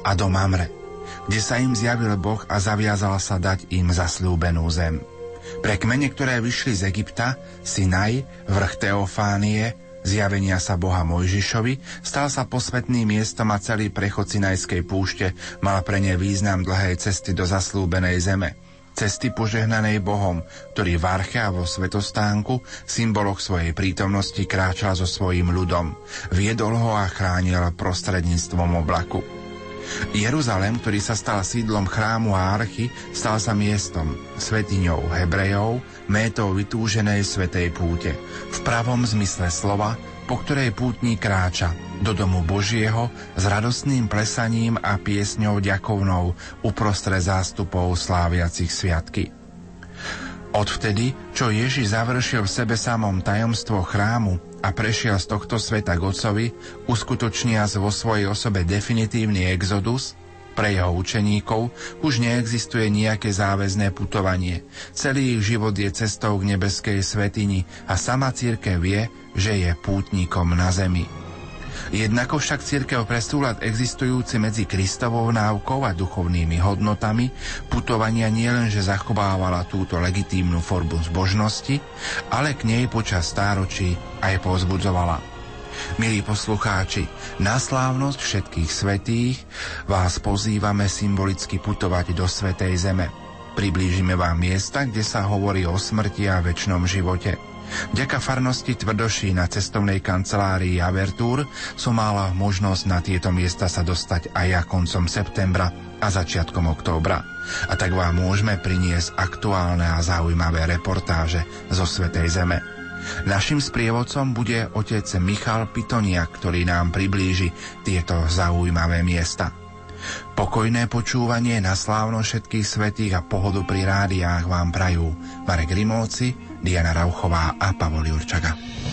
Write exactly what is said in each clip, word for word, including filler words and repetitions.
a do Mamre, kde sa im zjavil Boh a zaviazal sa dať im zasľúbenú zem. Pre kmene, ktoré vyšli z Egypta, Sinaj, vrch Teofánie, zjavenia sa Boha Mojžišovi, stal sa posvätným miestom a celý prechod Sinajskej púšte mal pre ne význam dlhej cesty do zaslúbenej zeme. Cesty požehnanej Bohom, ktorý v arche a vo svetostánku, symboloch svojej prítomnosti, kráčal so svojím ľudom. Viedol ho a chránil prostredníctvom oblaku. Jeruzalém, ktorý sa stal sídlom chrámu a archy, stal sa miestom, svätyňou Hebrejov, métou vytúženej svätej púte. V pravom zmysle slova, po ktorej pútnik kráča do domu Božieho s radostným plesaním a piesňou ďakovnou uprostred zástupov sláviacich sviatky. Odvtedy, čo Ježiš završil v sebe samom tajomstvo chrámu a prešiel z tohto sveta k Otcovi, uskutočniac vo svojej osobe definitívny exodus, pre jeho učeníkov už neexistuje nejaké záväzné putovanie. Celý ich život je cestou k nebeskej svätyni a sama cirkev vie, že je pútnikom na zemi. Jednako však cirkev pre súlad existujúci medzi Kristovou náukou a duchovnými hodnotami putovania nielenže zachovávala túto legitímnu formu zbožnosti, ale k nej počas stáročí aj povzbudzovala. Milí poslucháči, na slávnosť všetkých svätých vás pozývame symbolicky putovať do Svätej Zeme. Priblížime vám miesta, kde sa hovorí o smrti a večnom živote. Vďaka farnosti Tvrdoší na cestovnej kancelárii Avertúr som mala možnosť na tieto miesta sa dostať aj ja koncom septembra a začiatkom októbra. A tak vám môžeme priniesť aktuálne a zaujímavé reportáže zo Svätej Zeme. Naším sprievodcom bude otec Michal Pitoniak, ktorý nám priblíži tieto zaujímavé miesta. Pokojné počúvanie na slávnosť všetkých svätých a pohodu pri rádiách vám prajú Marek Rimóci, Diana Rauchová a Pavol Jurčaga.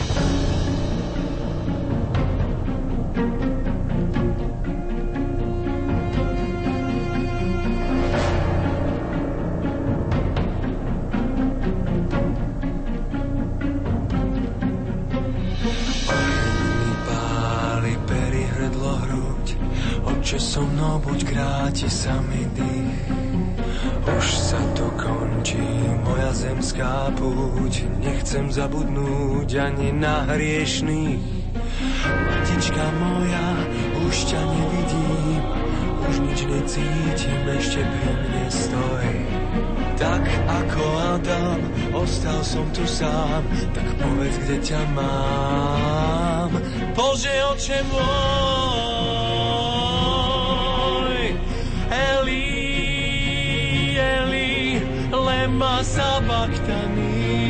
So mnou buď kráti sa mi dých. Už sa to končí, moja zemská púť. Nechcem zabudnúť ani na hriešných. Matička moja, už ťa nevidím, už nič necítim, ešte pri mne stoj. Tak ako Adam, ostal som tu sám, tak povedz, kde ťa mám. Bože, oče môj, Eli, Eli, lema sabachthani.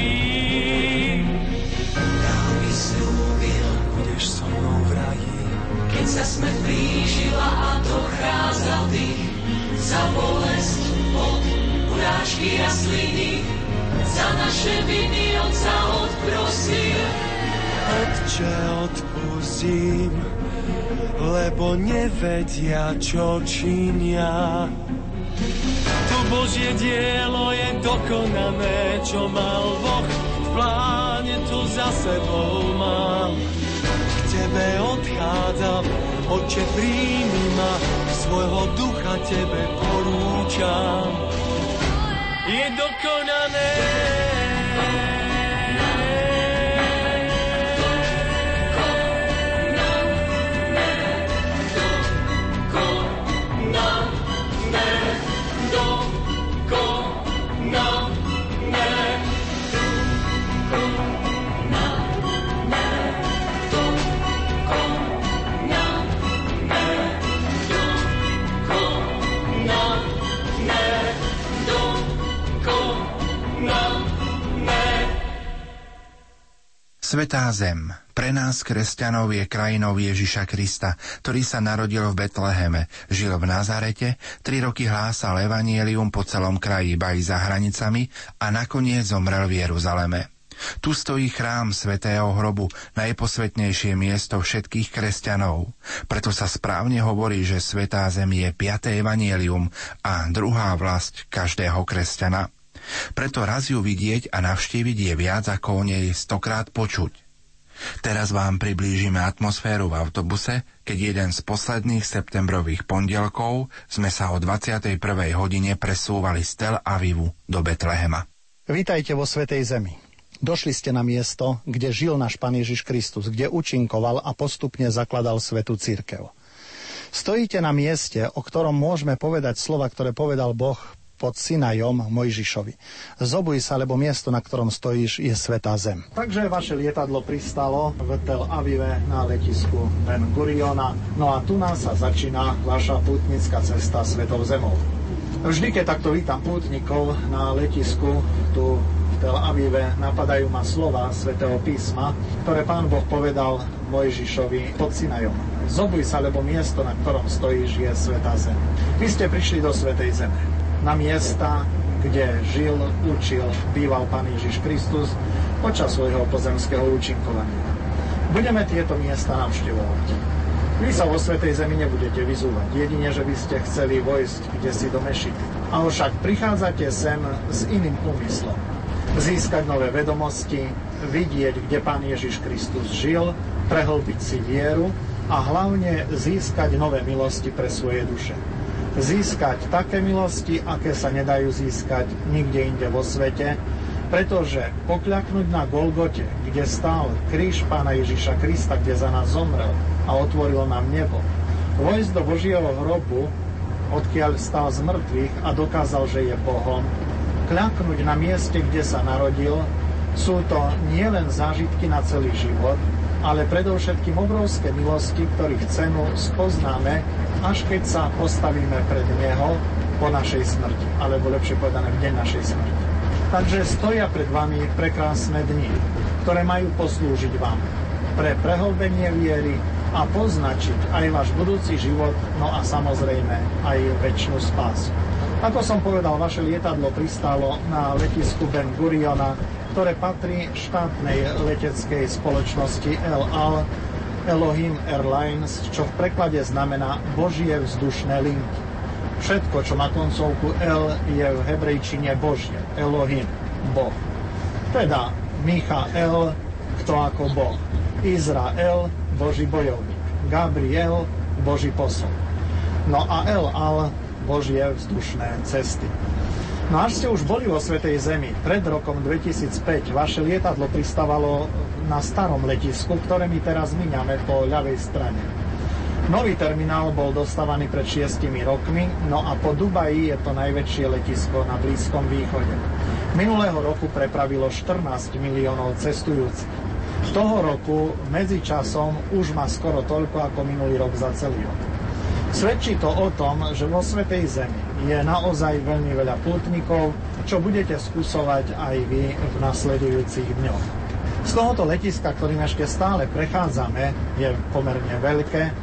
Dal mi slúbil, budeš so mnou v raji, keď sa smrť blížila a dochádzal dých. Za bolesť, pot, urážky a sliny, za naše viny on sa odprosil. Otče, odpustím, lebo nevedia, čo činia. To Božie dielo je dokonané, čo mal Boh v pláne, to za sebou mám. K tebe odchádzam, Otče, príjmi ma, svojho ducha tebe porúčam. Je dokonané. Svätá Zem pre nás kresťanov je krajinou Ježiša Krista, ktorý sa narodil v Betleheme, žil v Nazarete, tri roky hlásal evanjelium po celom kraji, ba i za hranicami a nakoniec zomrel v Jeruzaleme. Tu stojí chrám Svätého hrobu, najposvätnejšie miesto všetkých kresťanov. Preto sa správne hovorí, že Svätá Zem je piaté evanjelium a druhá vlasť každého kresťana. Preto raz ju vidieť a navštíviť je viac ako o nej stokrát počuť. Teraz vám priblížime atmosféru v autobuse, keď jeden z posledných septembrových pondelkov sme sa o dvadsiatej prvej hodine presúvali z Tel Avivu do Betlehema. Vítajte vo Svätej Zemi. Došli ste na miesto, kde žil náš Pán Ježiš Kristus, kde účinkoval a postupne zakladal svätú cirkev. Stojíte na mieste, o ktorom môžeme povedať slova, ktoré povedal Boh pod Sinajom Mojžišovi. Zobuj sa, lebo miesto, na ktorom stojíš, je svätá zem. Takže vaše lietadlo pristalo v Tel Avive na letisku Ben Guriona. No a tu nás sa začína vaša pútnická cesta Svätou zemou. Vždy, keď takto vítam pútnikov na letisku tu v Tel Avive, napadajú ma slova Svätého písma, ktoré Pán Boh povedal Mojžišovi pod Sinajom. Zobuj sa, lebo miesto, na ktorom stojíš, je svätá zem. Vy ste prišli do Svätej zeme, na miesta, kde žil, učil, býval Pán Ježiš Kristus počas svojho pozemského účinkovania. Budeme tieto miesta navštevovať. Vy sa vo Svätej zemi nebudete vyzúvať, jedine, že by ste chceli vojsť kdesi do mešity. Avšak prichádzate sem s iným úmyslom. Získať nové vedomosti, vidieť, kde Pán Ježiš Kristus žil, prehlbiť si vieru a hlavne získať nové milosti pre svoje duše. Získať také milosti, aké sa nedajú získať nikde inde vo svete, pretože pokľaknúť na Golgote, kde stál kríž Pána Ježiša Krista, kde za nás zomrel a otvoril nám nebo, vojsť do Božieho hrobu, odkiaľ stál z mŕtvych a dokázal, že je Bohom, kľaknúť na mieste, kde sa narodil, sú to nielen zážitky na celý život, ale predovšetkým obrovské milosti, ktorých cenu spoznáme, až keď sa postavíme pred Neho po našej smrti, alebo lepšie povedané v deň našej smrti. Takže stoja pred vami prekrásne dni, ktoré majú poslúžiť vám pre prehlbenie viery a poznačiť aj váš budúci život, no a samozrejme aj večnú spásu. Ako som povedal, vaše lietadlo pristálo na letisku Ben Guriona, ktoré patrí štátnej leteckej spoločnosti El Al, Elohim Airlines, čo v preklade znamená Božie vzdušné linky. Všetko, čo má koncovku El, je v hebrejčine Božie, Elohim, Boh. Teda Michael, kto ako Boh. Izrael, Boží bojovník. Gabriel, Boží posol. No a El Al, Božie vzdušné cesty. No až ste už boli vo Svätej Zemi, pred rokom dvetisícpäť vaše lietadlo pristávalo na starom letisku, ktoré my teraz míňame po ľavej strane. Nový terminál bol dostávaný pred šiestimi rokmi, no a po Dubaji je to najväčšie letisko na Blízkom východe. Minulého roku prepravilo štrnásť miliónov cestujúcich. Toho roku medzičasom už má skoro toľko ako minulý rok za celý rok. Svedčí to o tom, že vo Svätej Zemi je naozaj veľmi veľa pútnikov, čo budete skúsovať aj vy v nasledujúcich dňoch. Z tohoto letiska, ktorým ešte stále prechádzame, je pomerne veľké, e,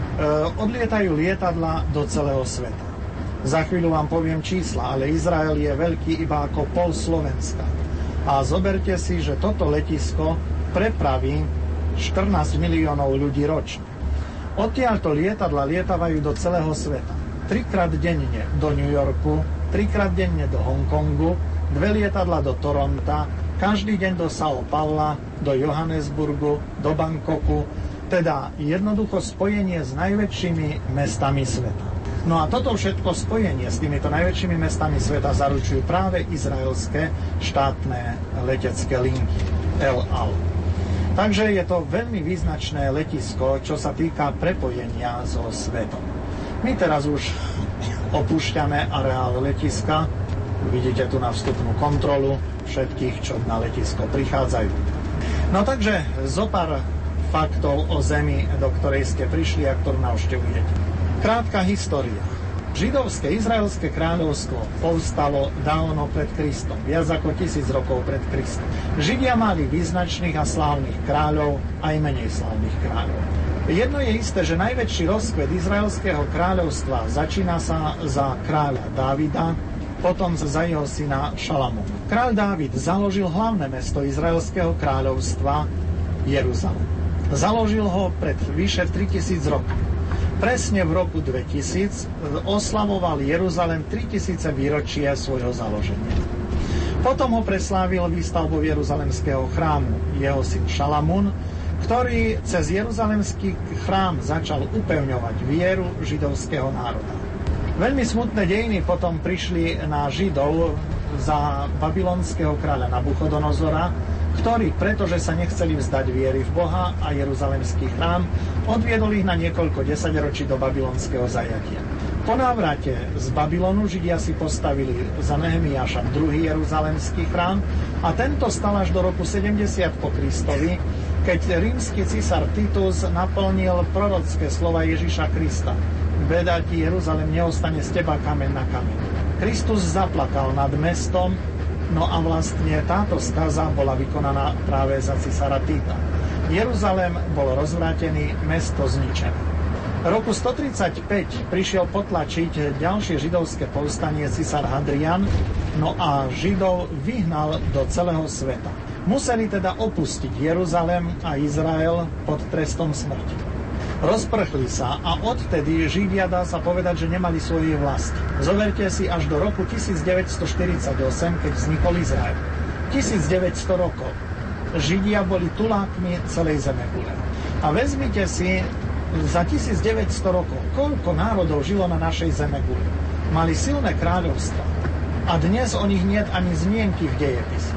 odlietajú lietadla do celého sveta. Za chvíľu vám poviem čísla, ale Izrael je veľký iba ako pol Slovenska. A zoberte si, že toto letisko prepraví štrnásť miliónov ľudí ročne. Odtiaľto lietadla lietavajú do celého sveta. Trikrát denne do New Yorku, trikrát denne do Hongkongu, dve lietadla do Toronta, každý deň do São Paula, do Johannesburgu, do Bangkoku, teda jednoducho spojenie s najväčšími mestami sveta. No a toto všetko spojenie s týmito najväčšími mestami sveta zaručujú práve izraelské štátne letecké linky El Al. Takže je to veľmi význačné letisko, čo sa týka prepojenia so svetom. My teraz už opúšťame areál letiska. Vidíte tu na vstupnú kontrolu všetkých, čo na letisko prichádzajú. No takže zopár faktov o zemi, do ktorej ste prišli a ktorú navštevujete. Krátka história. Židovské izraelské kráľovstvo povstalo dávno pred Kristom, viac ako tisíc rokov pred Kristom. Židia mali význačných a slávnych kráľov, aj menej slávnych kráľov. Jedno je isté, že najväčší rozkvet izraelského kráľovstva začína sa za kráľa Dávida, potom za jeho syna Šalamúna. Kráľ Dávid založil hlavné mesto izraelského kráľovstva Jeruzalém. Založil ho pred vyše tritisíc rokov. Presne v roku dvetisíc oslavoval Jeruzalém tritisíce výročie svojho založenia. Potom ho preslávil výstavbou Jeruzalemského chrámu jeho syn Šalamún, ktorý cez Jeruzalemský chrám začal upevňovať vieru židovského národa. Veľmi smutné dejiny potom prišli na Židov za babylonského kráľa Nabuchodonozora, ktorý, pretože sa nechceli vzdať viery v Boha a Jeruzalemský chrám, odviedol ich na niekoľko desaťročí do babylonského zajatia. Po návrate z Babylonu Židia si postavili za Nehemiáša druhý Jeruzalemský chrám a tento stal až do roku sedemdesiat po Kristovi, keď rímsky císar Titus naplnil prorocké slova Ježiša Krista. Beda ti, Jeruzalem, neostane z teba kameň na kameň. Kristus zaplakal nad mestom, no a vlastne táto skaza bola vykonaná práve za cisára Tita. Jeruzalem bol rozvrátený, mesto zničené. V roku stotridsaťpäť prišiel potlačiť ďalšie židovské povstanie cisár Hadrian, no a Židov vyhnal do celého sveta. Museli teda opustiť Jeruzalem a Izrael pod trestom smrti. Rozprchli sa a odtedy Židia, dá sa povedať, že nemali svoje vlasti. Zoberte si až do roku tisícdeväťstoštyridsaťosem, keď vznikol Izrael. tisícdeväťsto rokov. Židia boli tulákmi celej zemegule. A vezmite si za tisícdeväťsto rokov, koľko národov žilo na našej zemeguli. Mali silné kráľovstva. A dnes o nich niet ani zmienky v dejepise.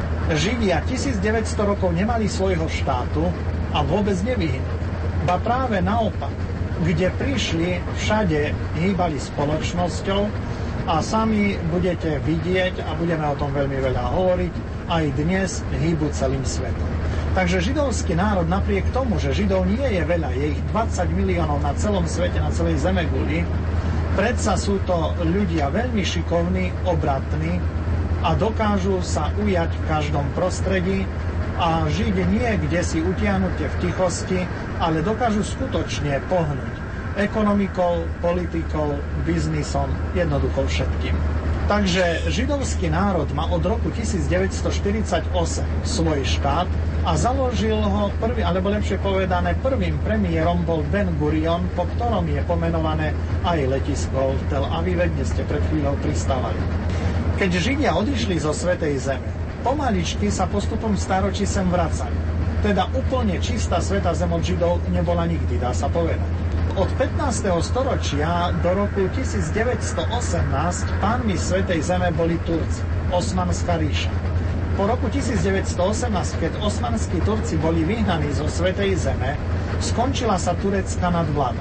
Židia tisícdeväťsto rokov nemali svojho štátu a vôbec nevyhynuli. Ba práve naopak, kde prišli, všade hýbali spoločnosťou a sami budete vidieť, a budeme o tom veľmi veľa hovoriť, aj dnes hýbu celým svetom. Takže židovský národ, napriek tomu, že Židov nie je veľa, je ich dvadsať miliónov na celom svete, na celej zemeguli, predsa sú to ľudia veľmi šikovní, obratní a dokážu sa ujať v každom prostredí a žiť nie kde si utiahnutie v tichosti, ale dokážu skutočne pohnúť ekonomikou, politikou, biznisom, jednoducho všetkým. Takže židovský národ má od roku tisícdeväťstoštyridsaťosem svoj štát a založil ho prvý, alebo lepšie povedané, prvým premiérom bol Ben Gurion, po ktorom je pomenované aj letisko v Tel Avive, kde ste pred chvíľou pristávali. Keď Židia odišli zo Svätej Zeme, pomaličky sa postupom stáročí sem vracali. Teda úplne čistá Svätá Zem od Židov nebola nikdy, dá sa povedať. Od pätnásteho storočia do roku tisícdeväťstoosemnásť pánmi Svätej Zeme boli Turci, Osmanská ríša. Po roku tisícdeväťstoosemnásť, keď osmanskí Turci boli vyhnaní zo Svätej Zeme, skončila sa turecká nadvláda.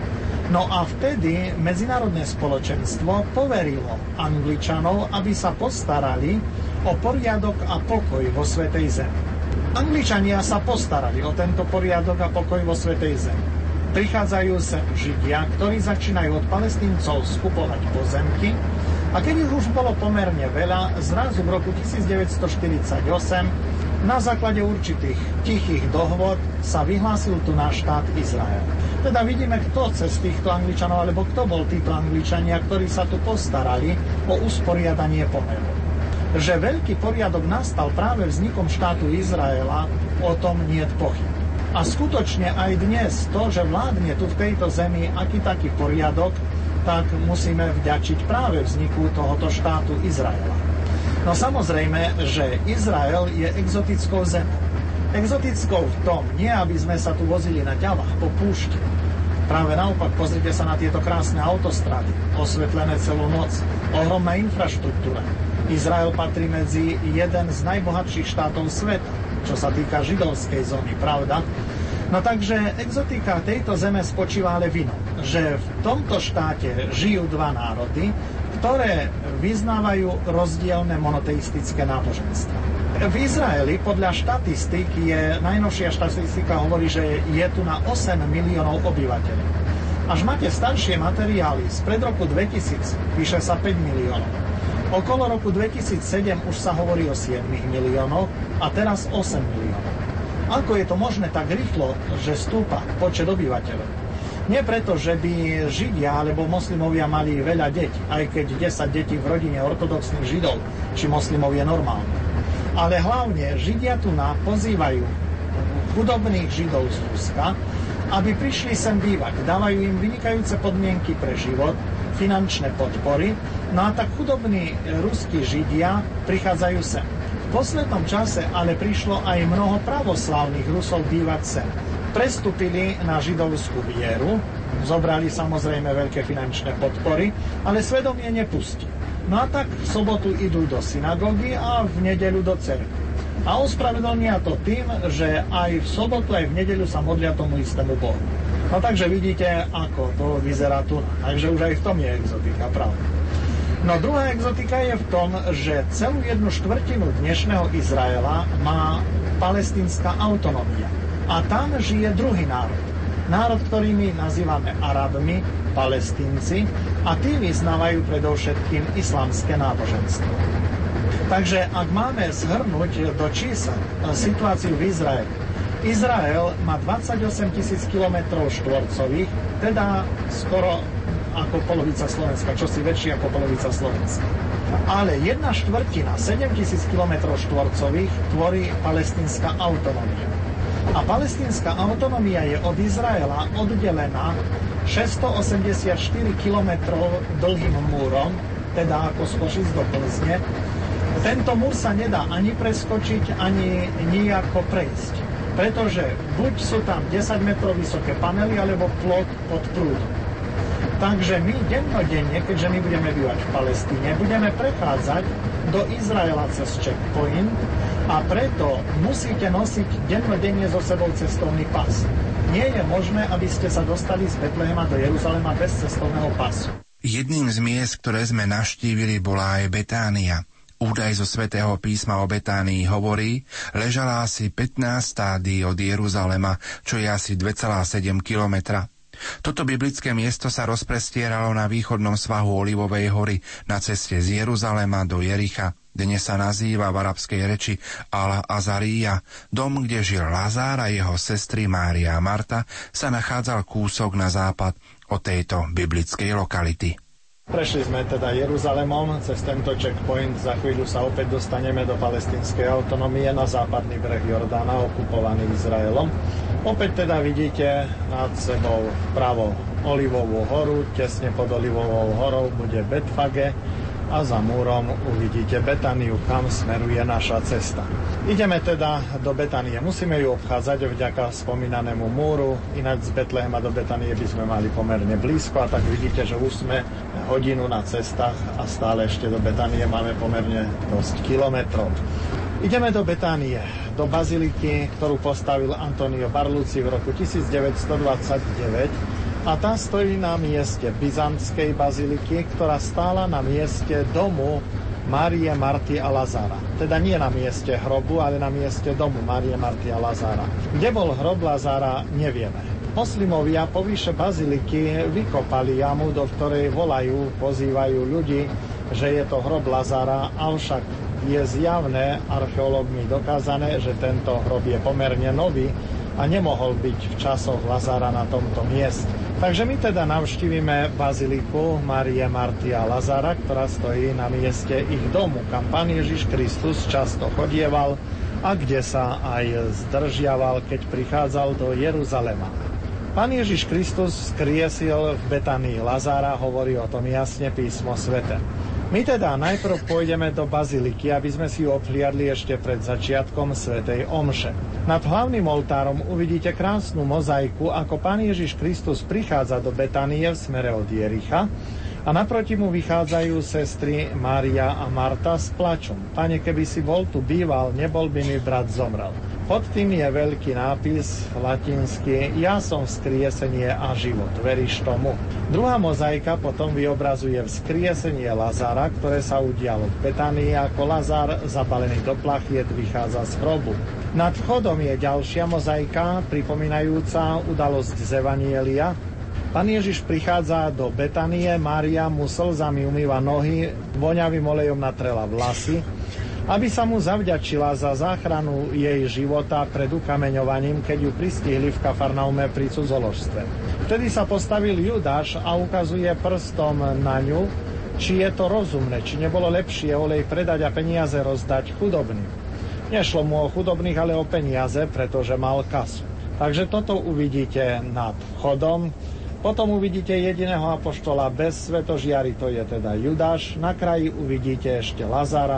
No a vtedy medzinárodné spoločenstvo poverilo Angličanov, aby sa postarali o poriadok a pokoj vo Svätej Zemi. Angličania sa postarali o tento poriadok a pokoj vo Svätej Zemi. Prichádzajú sem Židia, ktorí začínajú od Palestíncov skupovať pozemky a keď ich už bolo pomerne veľa, zrazu v roku tisícdeväťstoštyridsaťosem na základe určitých tichých dohôd sa vyhlásil tu náš štát Izrael. Teda vidíme, kto cez týchto Angličanov, alebo kto bol títo Angličania, ktorí sa tu postarali o usporiadanie pomerov. Že veľký poriadok nastal práve vznikom štátu Izraela, o tom niet pochyb. A skutočne aj dnes to, že vládne tu v tejto zemi aký taký poriadok, tak musíme vďačiť práve vzniku tohoto štátu Izraela. No samozrejme, že Izrael je exotickou zemou. Exotickou v tom, nie aby sme sa tu vozili na ďavách po púšti. Práve naopak, pozrite sa na tieto krásne autostrady, osvetlené celú noc, ohromná infraštruktúra. Izrael patrí medzi jeden z najbohatších štátov sveta, čo sa týka židovskej zóny, pravda? No takže exotika tejto zeme spočíva ale v inom, že v tomto štáte žijú dva národy, ktoré vyznávajú rozdielne monoteistické náboženstva. V Izraeli podľa štatistik je, najnovšia štatistika hovorí, že je tu na osem miliónov obyvateľov. Až máte staršie materiály, spred roku dvetisíc píše sa päť miliónov. Okolo roku dvetisícsedem už sa hovorí o sedem miliónov a teraz osem miliónov. Ako je to možné tak rýchlo, že stúpa počet obyvateľov? Nie preto, že by Židia alebo moslimovia mali veľa detí, aj keď desať detí v rodine ortodoxných Židov či moslimov je normálne. Ale hlavne Židia tu na pozývajú chudobných Židov z Ruska, aby prišli sem bývať. Dávajú im vynikajúce podmienky pre život, finančné podpory, no a tak chudobní ruskí Židia prichádzajú sem. V poslednom čase ale prišlo aj mnoho pravoslavných Rusov bývať sem. Prestúpili na židovskú vieru, zobrali samozrejme veľké finančné podpory, ale svedomie nepustí. No a tak v sobotu idú do synagógy a v nedeľu do cerkvy. A ospravedlnia to tým, že aj v sobotu, aj v nedeľu sa modlia tomu istému Bohu. No takže vidíte, ako to vyzerá tu. Takže už aj v tom je exotika, pravda. No druhá exotika je v tom, že celú jednu štvrtinu dnešného Izraela má palestínska autonómia. A tam žije druhý národ. Národ, ktorý my nazývame Arabmi, Palestínci, a tí vyznávajú predovšetkým islamské náboženstvo. Takže ak máme zhrnúť do čísel situáciu v Izraeli, Izrael má dvadsaťosem tisíc kilometrov štvorcových, teda skoro ako polovica Slovenska, čosi väčšie ako polovica Slovenska. Ale jedna štvrtina, sedem tisíc kilometrov štvorcových, tvorí palestínska autonómia. A palestínska autonómia je od Izraela oddelená šesťstoosemdesiatštyri kilometrov dlhým múrom, teda ako z Košic do Plzne. Tento múr sa nedá ani preskočiť, ani nijako prejsť. Pretože buď sú tam desať metrov vysoké panely, alebo plot pod prúdom. Takže my dennodenne, keďže my budeme bývať v Palestíne, budeme prechádzať do Izraela cez checkpoint a preto musíte nosiť dennodenne so sebou cestovný pas. Nie je možné, aby ste sa dostali z Betlehema do Jeruzalema bez cestovného pasu. Jedným z miest, ktoré sme navštívili, bola aj Betánia. Údaj zo svätého písma o Betánii hovorí, ležala asi pätnásť stádií od Jeruzalema, čo je asi dva celé sedem kilometra. Toto biblické miesto sa rozprestieralo na východnom svahu Olivovej hory na ceste z Jeruzalema do Jericha. Dnes sa nazýva v arabskej reči Al-Azaríja. Dom, kde žil Lazár a jeho sestry Mária a Marta, sa nachádzal kúsok na západ od tejto biblickej lokality. Prešli sme teda Jeruzalemom, cez tento checkpoint za chvíľu sa opäť dostaneme do palestínskej autonómie na západný breh Jordána, okupovaný Izraelom. Opäť teda vidíte nad sebou vpravo Olivovú horu, tesne pod Olivovou horou bude Betfage a za múrom uvidíte Betániu, kam smeruje naša cesta. Ideme teda do Betánie. Musíme ju obchádzať vďaka spomínanému múru, ináč z Betlehema do Betánie by sme mali pomerne blízko a tak vidíte, že už sme hodinu na cestách a stále ešte do Betánie máme pomerne dosť kilometrov. Ideme do Betánie, do baziliky, ktorú postavil Antonio Barlucci v roku tisícdeväťstodvadsaťdeväť a tá stojí na mieste byzantskej baziliky, ktorá stála na mieste domu Márie, Marty a Lazára. Teda nie na mieste hrobu, ale na mieste domu Márie, Marty a Lazára. Kde bol hrob Lazára, nevieme. Moslimovia po výše baziliky vykopali jamu, do ktorej volajú, pozývajú ľudí, že je to hrob Lazára, avšak je zjavné, archeológmi dokázané, že tento hrob je pomerne nový a nemohol byť v časoch Lazára na tomto mieste. Takže my teda navštívime baziliku Márie, Marty a Lazára, ktorá stojí na mieste ich domu, kam Pán Ježiš Kristus často chodieval a kde sa aj zdržiaval, keď prichádzal do Jeruzalema. Pán Ježiš Kristus skriesil v Betánii Lazára, hovorí o tom jasne písmo sväté. My teda najprv pôjdeme do baziliky, aby sme si ju obhliadli ešte pred začiatkom svätej omše. Nad hlavným oltárom uvidíte krásnu mozaiku, ako Pán Ježiš Kristus prichádza do Betánie v smere od Jericha a naproti mu vychádzajú sestry Mária a Marta s plačom. Pane, keby si bol tu býval, nebol by mi brat zomrel. Pod tým je veľký nápis latinský Ja som vzkriesenie a život. Veríš tomu? Druhá mozaika potom vyobrazuje vzkriesenie Lazára, ktoré sa udialo v Betánii, ako Lazár zabalený do plachiet vychádza z hrobu. Nad vchodom je ďalšia mozaika, pripomínajúca udalosť z Evanielia. Pán Ježiš prichádza do Betánie, Mária mu slzami umýva nohy, voňavým olejom natrela vlasy, aby sa mu zavďačila za záchranu jej života pred ukameňovaním, keď ju pristihli v Kafarnaume pri cudzoložstve. Vtedy sa postavil Judáš a ukazuje prstom na ňu, či je to rozumné, či nebolo lepšie olej predať a peniaze rozdať chudobným. Nešlo mu o chudobných, ale o peniaze, pretože mal kasu. Takže toto uvidíte nad vchodom. Potom uvidíte jediného apoštola bez svetožiary, to je teda Judáš. Na kraji uvidíte ešte Lazára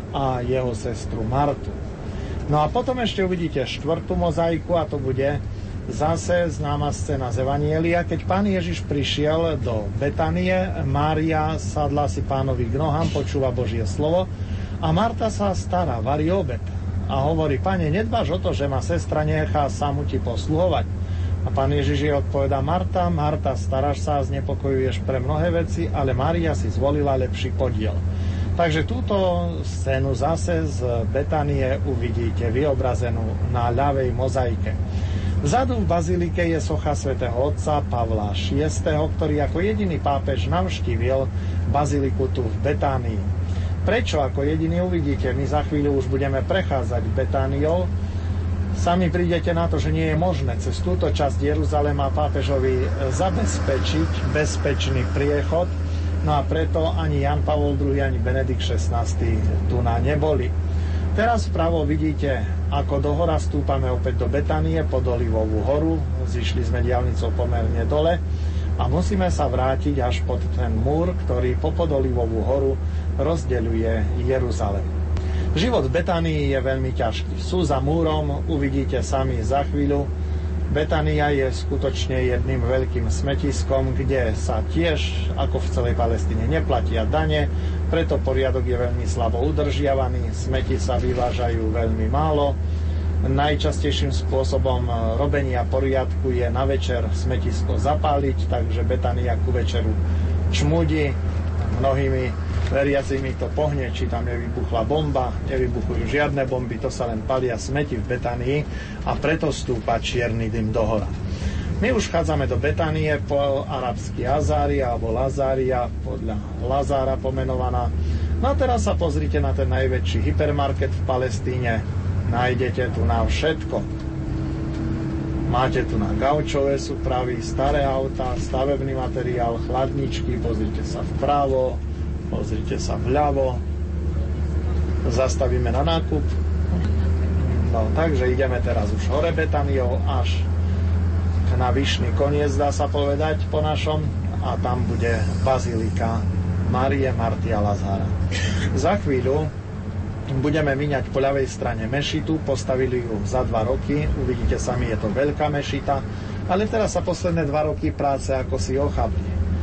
a jeho sestru Martu. No a potom ešte uvidíte štvrtú mozaiku a to bude zase známa scéna z Evanielia, keď Pán Ježiš prišiel do Betanie, Mária sadla si Pánovi k nohám, počúva Božie slovo a Marta sa stará, varí obed a hovorí: Pane, nedbáš o to, že ma sestra nechá samu ti posluhovať? A Pán Ježiš jej odpovedá: Marta, Marta, staráš sa a znepokojuješ pre mnohé veci, ale Mária si zvolila lepší podiel. Takže túto scénu zase z Betanie uvidíte vyobrazenú na ľavej mozaike. Vzadu v bazilike je socha svätého otca Pavla šiesteho, ktorý ako jediný pápež navštívil baziliku tu v Betánii. Prečo ako jediný uvidíte? My za chvíľu už budeme prechádzať Betániou. Sami prídete na to, že nie je možné cez túto časť Jeruzalema pápežovi zabezpečiť bezpečný priechod, no a preto ani Jan Pavol druhý, ani Benedikt šestnásty tu na neboli. Teraz vpravo vidíte, ako do hora stúpame opäť do Betanie pod Olivovú horu. Zišli sme diaľnicou pomerne dole a musíme sa vrátiť až pod ten múr, ktorý popod Olivovú horu rozdeľuje Jeruzalem. Život v Betánii je veľmi ťažký. Sú za múrom, uvidíte sami za chvíľu. Betania je skutočne jedným veľkým smetiskom, kde sa tiež, ako v celej Palestíne, neplatia dane, preto poriadok je veľmi slabo udržiavaný, smeti sa vyvážajú veľmi málo. Najčastejším spôsobom robenia poriadku je na večer smetisko zapáliť, takže Betania ku večeru čmúdi. Mnohými veriacimi to pohne, či tam nevybuchla bomba, nevybuchujú žiadne bomby, to sa len palia smeti v Betánii a preto stúpa čierny dym do hora. My už vchádzame do Betanie, po arabsky Azária alebo Lazária, podľa Lazára pomenovaná. No a teraz sa pozrite na ten najväčší hypermarket v Palestíne. Nájdete tu na všetko. Máte tu na gaučové súpravy, staré autá, stavebný materiál, chladničky, pozrite sa vpravo, pozrite sa vľavo. Zastavíme na nákup. No, takže ideme teraz už hore Betániou až na vyšný koniec, dá sa povedať po našom, a tam bude bazilika Márie, Marty a Lazára. Za chvíľu budeme míňať po ľavej strane mešitu, postavili ju za dva roky, uvidíte sami, je to veľká mešita, ale teraz sa posledné dva roky práce ako si ochabli.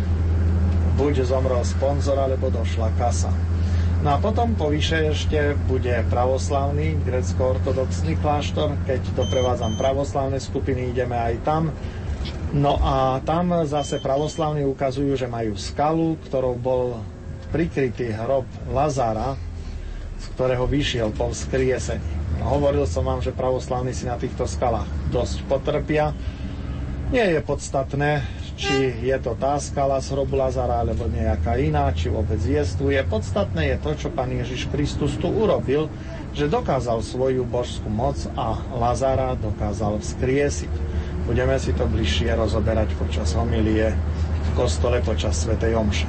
Buď zomrel sponzor, alebo došla kasa. No a potom povyše ešte bude pravoslavný, grécko-ortodoxný kláštor. Keď doprevádzam pravoslavné skupiny, ideme aj tam. No a tam zase pravoslavní ukazujú, že majú skalu, ktorou bol prikrytý hrob Lazára, z ktorého vyšiel po vzkriesení. Hovoril som vám, že pravoslavní si na týchto skalách dosť potrpia. Nie je podstatné, či je to tá skala z hrobu Lazára, alebo nejaká iná, či vôbec jestvuje. Podstatné je to, čo Pán Ježiš Kristus tu urobil, že dokázal svoju božskú moc a Lazára dokázal vzkriesiť. Budeme si to bližšie rozoberať počas homilie v kostole počas svätej omše.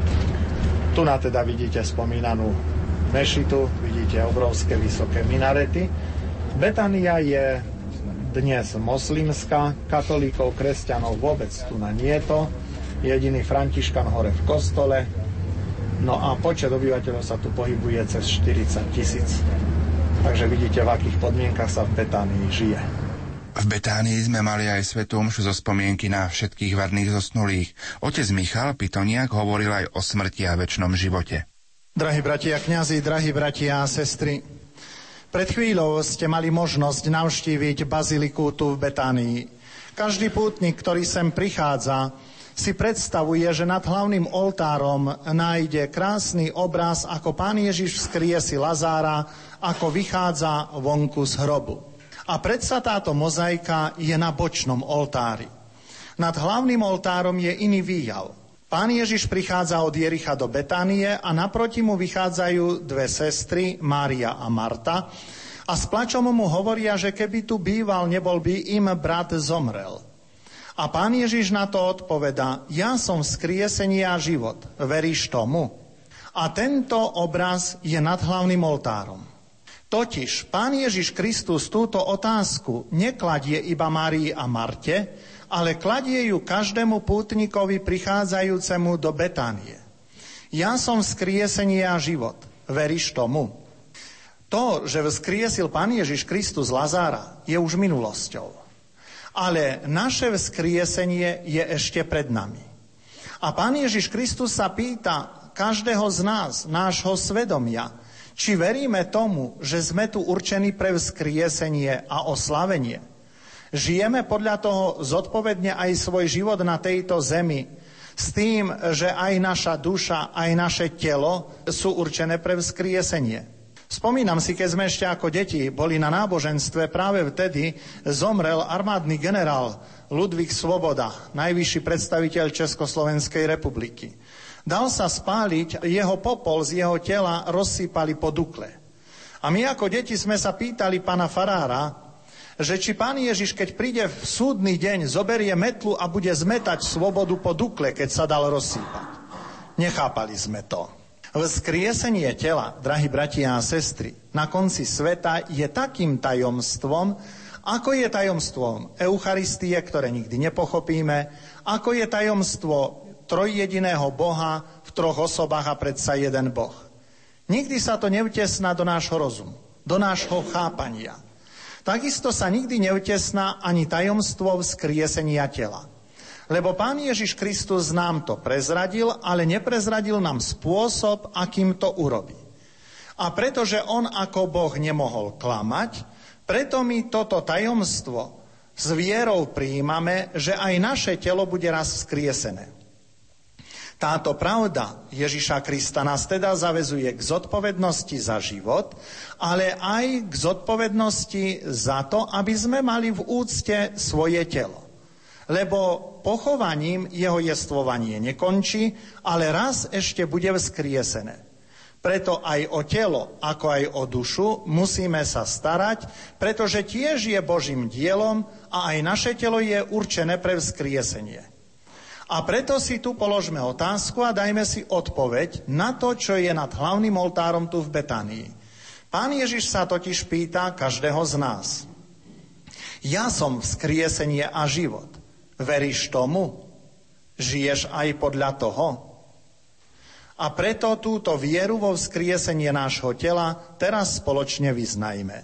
Tu na teda vidíte spomínanú mešitu, vidíte obrovské vysoké minarety. Betania je dnes moslimská, katolíkov, kresťanov vôbec tu na nie to. Jediný Františkan hore v kostole. No a počet obyvateľov sa tu pohybuje cez štyridsať tisíc. Takže vidíte, v akých podmienkach sa v Betánii žije. V Betánii sme mali aj svätú omšu zo spomienky na všetkých varných zosnulých. Otec Michal Pitoniak hovoril aj o smrti a večnom živote. Drahí bratia kňazi, drahí bratia a sestry, pred chvíľou ste mali možnosť navštíviť baziliku tu v Betánii. Každý pútnik, ktorý sem prichádza, si predstavuje, že nad hlavným oltárom nájde krásny obraz, ako Pán Ježiš vzkriesi Lazára, ako vychádza vonku z hrobu. A predsa táto mozaika je na bočnom oltári. Nad hlavným oltárom je iný výjav. Pán Ježiš prichádza od Jericha do Betánie a naproti mu vychádzajú dve sestry, Mária a Marta, a s plačom mu hovoria, že keby tu býval, nebol by im brat zomrel. A Pán Ježiš na to odpovedá: ja som vzkriesenie a život, veríš tomu? A tento obraz je nad hlavným oltárom. Totiž Pán Ježiš Kristus túto otázku nekladie iba Márii a Marte, ale kladie ju každému pútnikovi prichádzajúcemu do Betánie. Ja som vzkriesenie a život. Veríš tomu? To, že vzkriesil Pán Ježiš Kristus Lazára, je už minulosťou. Ale naše vzkriesenie je ešte pred nami. A Pán Ježiš Kristus sa pýta každého z nás, nášho svedomia, či veríme tomu, že sme tu určení pre vzkriesenie a oslavenie. Žijeme podľa toho zodpovedne aj svoj život na tejto zemi, s tým, že aj naša duša, aj naše telo sú určené pre vzkriesenie. Spomínam si, keď sme ešte ako deti boli na náboženstve, práve vtedy zomrel armádny generál Ludvík Svoboda, najvyšší predstaviteľ Československej republiky. Dal sa spáliť, jeho popol z jeho tela rozsypali po Dukle. A my ako deti sme sa pýtali pána farára, že či Pán Ježiš, keď príde v súdny deň, zoberie metlu a bude zmetať Svobodu po Dukle, keď sa dal rozsýpať. Nechápali sme to. Vzkriesenie tela, drahí bratia a sestry, na konci sveta je takým tajomstvom, ako je tajomstvom Eucharistie, ktoré nikdy nepochopíme, ako je tajomstvo trojjediného Boha v troch osobách a predsa jeden Boh. Nikdy sa to nevtesná do nášho rozumu, do nášho chápania. Takisto sa nikdy nevtesná ani tajomstvo vzkriesenia tela. Lebo Pán Ježiš Kristus nám to prezradil, ale neprezradil nám spôsob, akým to urobí. A pretože on ako Boh nemohol klamať, preto my toto tajomstvo s vierou prijímame, že aj naše telo bude raz vzkriesené. Táto pravda Ježiša Krista nás teda zavezuje k zodpovednosti za život, ale aj k zodpovednosti za to, aby sme mali v úcte svoje telo. Lebo pochovaním jeho jestvovanie nekončí, ale raz ešte bude vzkriesené. Preto aj o telo, ako aj o dušu musíme sa starať, pretože tiež je Božím dielom a aj naše telo je určené pre vzkriesenie. A preto si tu položme otázku a dajme si odpoveď na to, čo je nad hlavným oltárom tu v Betánii. Pán Ježiš sa totiž pýta každého z nás. Ja som vzkriesenie a život. Veríš tomu? Žiješ aj podľa toho? A preto túto vieru vo vzkriesenie nášho tela teraz spoločne vyznajme.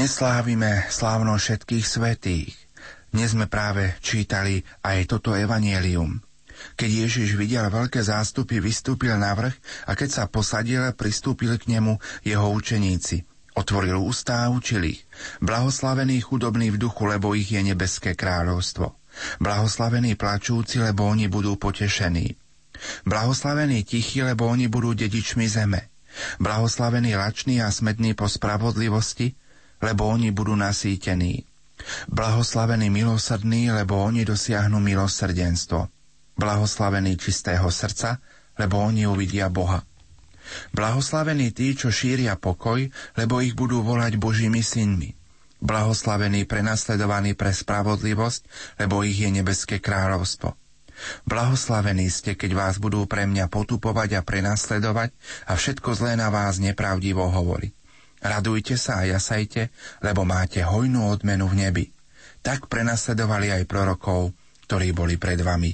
Dnes slávime slávnosť všetkých svätých. Dnes sme práve čítali aj toto evanjelium. Keď Ježiš videl veľké zástupy, vystúpil na vrch a keď sa posadil, pristúpili k nemu jeho učeníci. Otvoril ústa a učil ich. Blahoslavení chudobní v duchu, lebo ich je nebeské kráľovstvo. Blahoslavení plačúci, lebo oni budú potešení. Blahoslavení tichí, lebo oni budú dedičmi zeme. Blahoslavení lační a smední po spravodlivosti, lebo oni budú nasýtení. Blahoslavení milosrdní, lebo oni dosiahnu milosrdenstvo. Blahoslavení čistého srdca, lebo oni uvidia Boha. Blahoslavení tí, čo šíria pokoj, lebo ich budú volať Božími synmi. Blahoslavení prenasledovaní pre spravodlivosť, lebo ich je nebeské kráľovstvo. Blahoslavení ste, keď vás budú pre mňa potupovať a prenasledovať a všetko zlé na vás nepravdivo hovoriť. Radujte sa a jasajte, lebo máte hojnú odmenu v nebi. Tak prenasledovali aj prorokov, ktorí boli pred vami.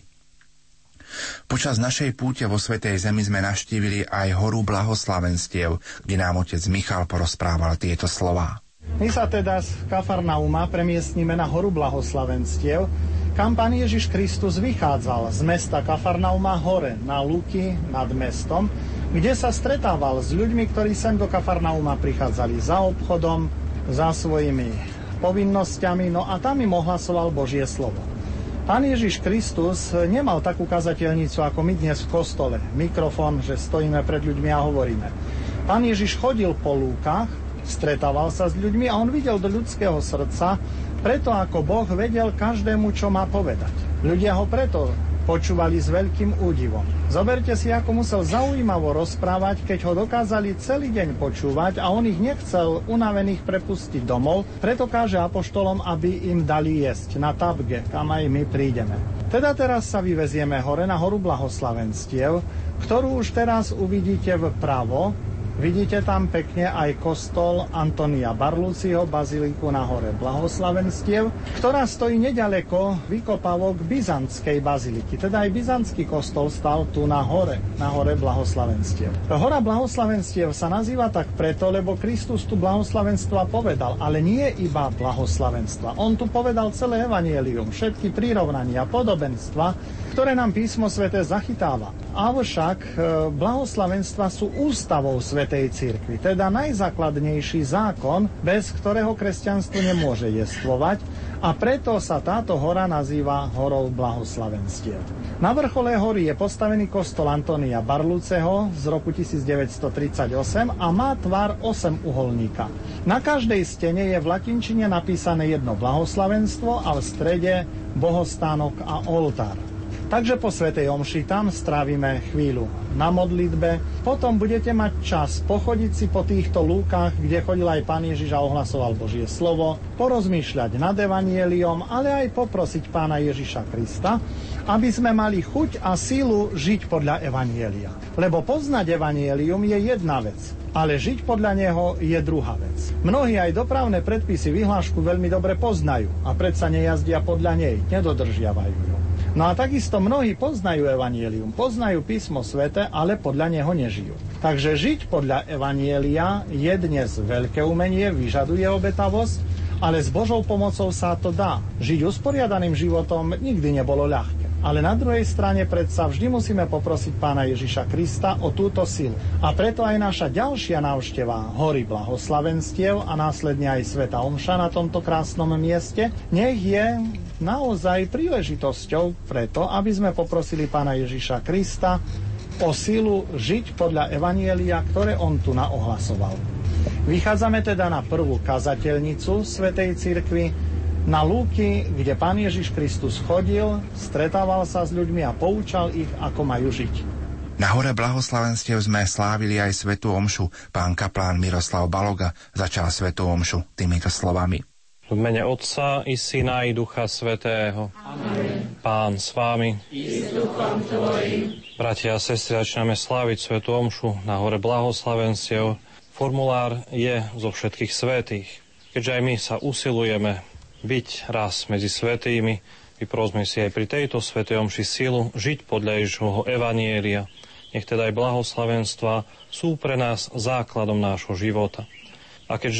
Počas našej púte vo Svätej Zemi sme navštívili aj horu blahoslavenstiev, kde nám otec Michal porozprával tieto slová. My sa teda z Kafarnauma premiestnime na horu blahoslavenstiev, kam Pán Ježiš Kristus vychádzal z mesta Kafarnauma hore na Luky nad mestom, kde sa stretával s ľuďmi, ktorí sem do Kafarnauma prichádzali za obchodom, za svojimi povinnosťami, no a tam im ohlasoval Božie slovo. Pán Ježiš Kristus nemal takú kazateľnicu ako my dnes v kostole. Mikrofón, že stojíme pred ľuďmi a hovoríme. Pán Ježiš chodil po lúkach, stretával sa s ľuďmi a on videl do ľudského srdca, preto ako Boh vedel každému, čo má povedať. Ľudia ho preto počúvali s veľkým údivom. Zoberte si, ako musel zaujímavo rozprávať, keď ho dokázali celý deň počúvať a on ich nechcel unavených prepustiť domov, preto káže apoštolom, aby im dali jesť na Tabge, kam aj my prídeme. Teda teraz sa vyvezieme hore na horu blahoslavenstiev, ktorú už teraz uvidíte vpravo. Vidíte tam pekne aj kostol Antonia Barluciho, baziliku na hore blahoslavenstiev, ktorá stojí nedaleko vykopavok byzantskej baziliky. Teda aj byzantský kostol stal tu na hore, na hore blahoslavenstiev. Hora blahoslavenstiev sa nazýva tak preto, lebo Kristus tu blahoslavenstva povedal, ale nie iba blahoslavenstva. On tu povedal celé evanjelium, všetky prirovnania, podobenstva, ktoré nám písmo sväté zachytáva. Avšak blahoslavenstva sú ústavou svätej cirkvi, teda najzákladnejší zákon, bez ktorého kresťanstvo nemôže jestvovať, a preto sa táto hora nazýva horou blahoslavenstiev. Na vrchole hory je postavený kostol Antonia Barluceho z roku tisícdeväťstotridsaťosem a má tvar osemuholníka. Na každej stene je v latinčine napísané jedno blahoslavenstvo a v strede bohostánok a oltár. Takže po svätej omši tam strávime chvíľu na modlitbe. Potom budete mať čas pochodiť si po týchto lúkach, kde chodil aj Pán Ježiš a ohlasoval Božie slovo, porozmýšľať nad evanjeliom, ale aj poprosiť Pána Ježiša Krista, aby sme mali chuť a sílu žiť podľa evanjelia. Lebo poznať evanjelium je jedna vec, ale žiť podľa neho je druhá vec. Mnohí aj dopravné predpisy vyhlášku veľmi dobre poznajú a predsa nejazdia podľa nej, nedodržiavajú ju. No a takisto mnohí poznajú evanjelium, poznajú písmo sväté, ale podľa neho nežijú. Takže žiť podľa evanjelia je dnes veľké umenie, vyžaduje obetavosť, ale s Božou pomocou sa to dá. Žiť usporiadaným životom nikdy nebolo ľahké. Ale na druhej strane predsa vždy musíme poprosiť Pána Ježiša Krista o túto silu. A preto aj naša ďalšia návšteva hory blahoslavenstiev a následne aj svätá omša na tomto krásnom mieste nech je naozaj príležitosťou preto, aby sme poprosili Pána Ježiša Krista o silu žiť podľa evanjelia, ktoré on tu naohlasoval. Vychádzame teda na prvú kazateľnicu svätej cirkvi, na lúky, kde Pán Ježiš Kristus chodil, stretával sa s ľuďmi a poučal ich, ako majú žiť. Na hore blahoslavenstiev sme slávili aj svätú omšu. Pán kaplán Miroslav Baloga začal svätú omšu týmito slovami. V mene Otca i Syna i Ducha Svätého. Amen. Pán s vámi. I s duchom tvojim. Bratia a sestry, začíname sláviť svätú omšu na hore blahoslavenstiev. Formulár je zo všetkých svätých. Keďže aj my sa usilujeme byť raz medzi svätými, vyprosme si aj pri tejto svätej omši silu žiť podľa Ježišovho evanjelia. Nech teda aj blahoslavenstva sú pre nás základom nášho života. A keďže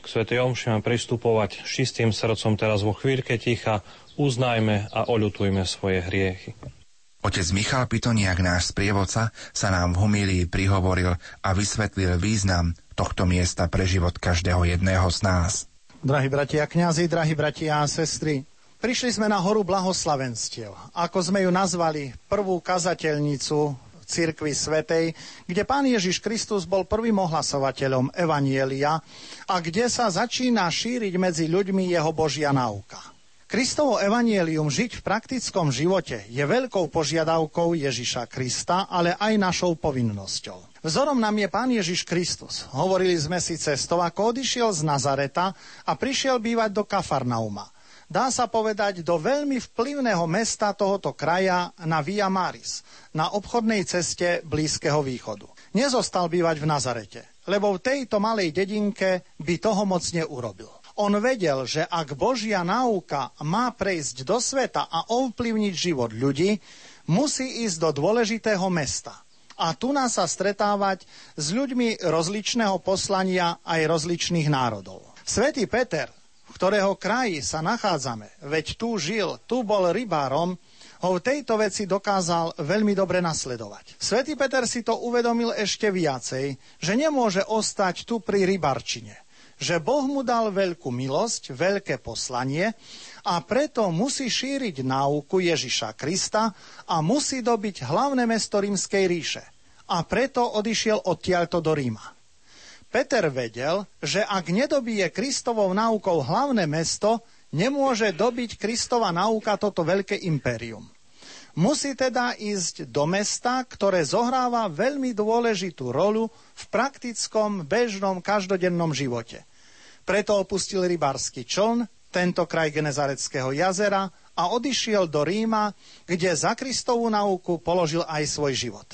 K svätej omši máme pristupovať s čistým srdcom teraz vo chvíľke ticha, uznajme a oľutujme svoje hriechy. Otec Michal Pitoniak, náš sprievodca, sa nám v homílii prihovoril a vysvetlil význam tohto miesta pre život každého jedného z nás. Drahí bratia kňazi, drahí bratia a sestry, prišli sme na horu blahoslavenstiev, ako sme ju nazvali, prvú kazateľnicu cirkvi svätej, kde Pán Ježiš Kristus bol prvým ohlasovateľom evanjelia a kde sa začína šíriť medzi ľuďmi jeho Božia náuka. Kristovo evanjelium žiť v praktickom živote je veľkou požiadavkou Ježiša Krista, ale aj našou povinnosťou. Vzorom nám je Pán Ježiš Kristus. Hovorili sme si cestou, ako odišiel z Nazareta a prišiel bývať do Kafarnauma. Dá sa povedať, do veľmi vplyvného mesta tohoto kraja na Via Maris, na obchodnej ceste Blízkeho východu. Nezostal bývať v Nazarete, lebo v tejto malej dedinke by toho moc neurobil. On vedel, že ak Božia náuka má prejsť do sveta a ovplyvniť život ľudí, musí ísť do dôležitého mesta. A tu nás sa stretávať s ľuďmi rozličného poslania aj rozličných národov. Svätý Peter, v ktorého kraji sa nachádzame, veď tu žil, tu bol rybárom, ho v tejto veci dokázal veľmi dobre nasledovať. Svätý Peter si to uvedomil ešte viacej, že nemôže ostať tu pri rybarčine, že Boh mu dal veľkú milosť, veľké poslanie a preto musí šíriť náuku Ježiša Krista a musí dobiť hlavné mesto Rímskej ríše. A preto odišiel odtiaľto do Ríma. Peter vedel, že ak nedobije Kristovou náukou hlavné mesto, nemôže dobiť Kristova náuka toto veľké impérium. Musí teda ísť do mesta, ktoré zohráva veľmi dôležitú rolu v praktickom, bežnom, každodennom živote. Preto opustil rybársky čln, tento kraj Genezareckého jazera a odišiel do Ríma, kde za Kristovú náuku položil aj svoj život.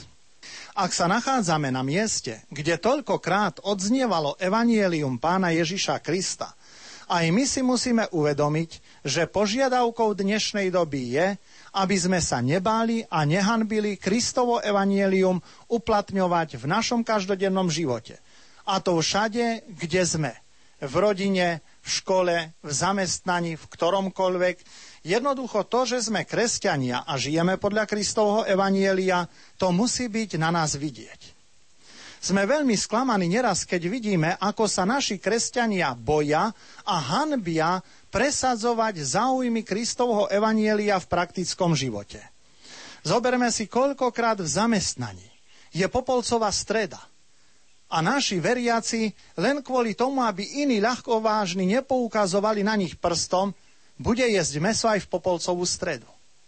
Ak sa nachádzame na mieste, kde toľkokrát odznievalo evanjelium Pána Ježiša Krista, aj my si musíme uvedomiť, že požiadavkou dnešnej doby je, aby sme sa nebáli a nehanbili Kristovo evanjelium uplatňovať v našom každodennom živote. A to všade, kde sme. V rodine, v škole, v zamestnaní, v ktoromkoľvek. Jednoducho to, že sme kresťania a žijeme podľa Kristovho evanjelia, to musí byť na nás vidieť. Sme veľmi sklamaní neraz, keď vidíme, ako sa naši kresťania boja a hanbia presadzovať záujmy Kristovho evanjelia v praktickom živote. Zoberme si, koľkokrát v zamestnaní je Popolcová streda. A naši veriaci len kvôli tomu, aby iní ľahkovážni nepoukazovali na nich prstom, bude jesť mäso aj v Popolcovú stredu.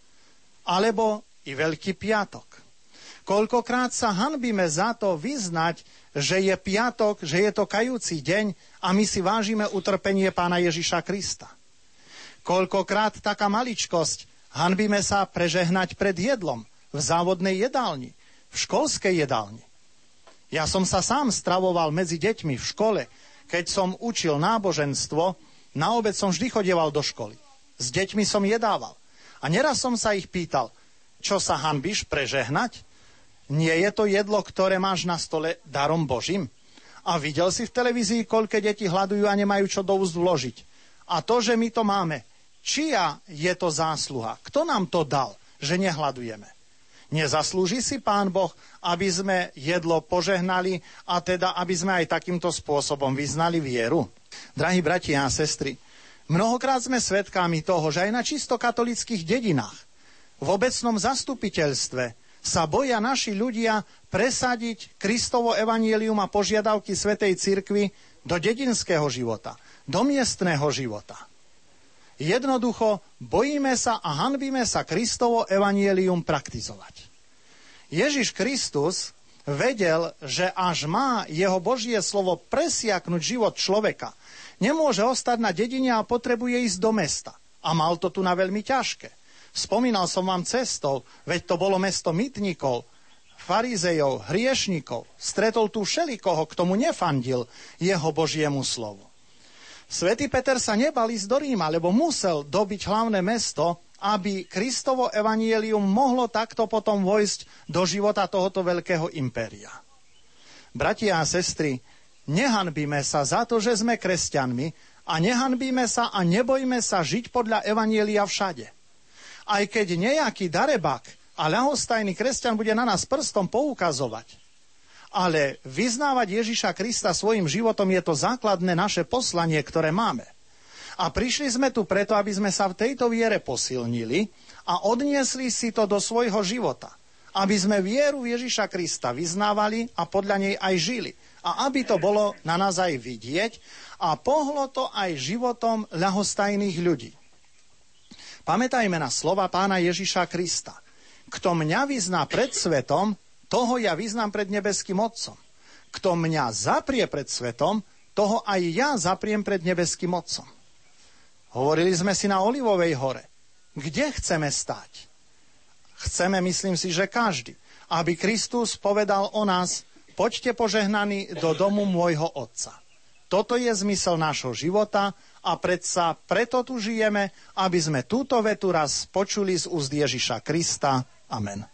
Alebo i Veľký piatok. Koľkokrát sa hanbíme za to vyznať, že je piatok, že je to kajúci deň a my si vážime utrpenie Pána Ježiša Krista. Koľkokrát taká maličkosť, hanbíme sa prežehnať pred jedlom, v závodnej jedálni, v školskej jedálni. Ja som sa sám stravoval medzi deťmi v škole, keď som učil náboženstvo, na obed som vždy chodieval do školy. S deťmi som jedával. A neraz som sa ich pýtal, čo sa hanbíš prežehnať? Nie je to jedlo, ktoré máš na stole, darom Božím? A videl si v televízii, koľké deti hľadujú a nemajú čo do úst vložiť. A to, že my to máme, čia je to zásluha? Kto nám to dal, že nehľadujeme? Nezaslúži si Pán Boh, aby sme jedlo požehnali a teda, aby sme aj takýmto spôsobom vyznali vieru? Drahí bratia a sestry, mnohokrát sme svedkami toho, že aj na čisto katolických dedinách, v obecnom zastupiteľstve sa boja naši ľudia presadiť Kristovo evanjelium a požiadavky Svätej cirkvi do dedinského života, do miestneho života. Jednoducho bojíme sa a hanbíme sa Kristovo evanjelium praktizovať. Ježiš Kristus vedel, že až má jeho Božie slovo presiaknuť život človeka, nemôže ostať na dedine a potrebuje ísť do mesta. A mal to tu na veľmi ťažké. Spomínal som vám cestou, veď to bolo mesto mytníkov, farizejov, hriešnikov. Stretol tu všelikoho, k tomu nefandil jeho Božiemu slovu. Svätý Peter sa nebal ísť do Ríma, lebo musel dobiť hlavné mesto, aby Kristovo evanjelium mohlo takto potom vojsť do života tohoto veľkého impéria. Bratia a sestry, Nehanbíme sa za to, že sme kresťanmi a nehanbíme sa a nebojme sa žiť podľa evanjelia všade. Aj keď nejaký darebák a ľahostajný kresťan bude na nás prstom poukazovať, ale vyznávať Ježiša Krista svojim životom je to základné naše poslanie, ktoré máme. A prišli sme tu preto, aby sme sa v tejto viere posilnili a odniesli si to do svojho života. Aby sme vieru Ježiša Krista vyznávali a podľa nej aj žili. A aby to bolo na nás aj vidieť a pohlo to aj životom ľahostajných ľudí. Pamätajme na slova pána Ježiša Krista. Kto mňa vyzná pred svetom, toho ja vyznám pred nebeským Otcom. Kto mňa zaprie pred svetom, toho aj ja zapriem pred nebeským Otcom. Hovorili sme si na Olivovej hore. Kde chceme stať? Chceme, myslím si, že každý, aby Kristus povedal o nás: poďte požehnaní do domu môjho Otca. Toto je zmysel nášho života a predsa preto tu žijeme, aby sme túto vetu raz počuli z úst Ježiša Krista. Amen.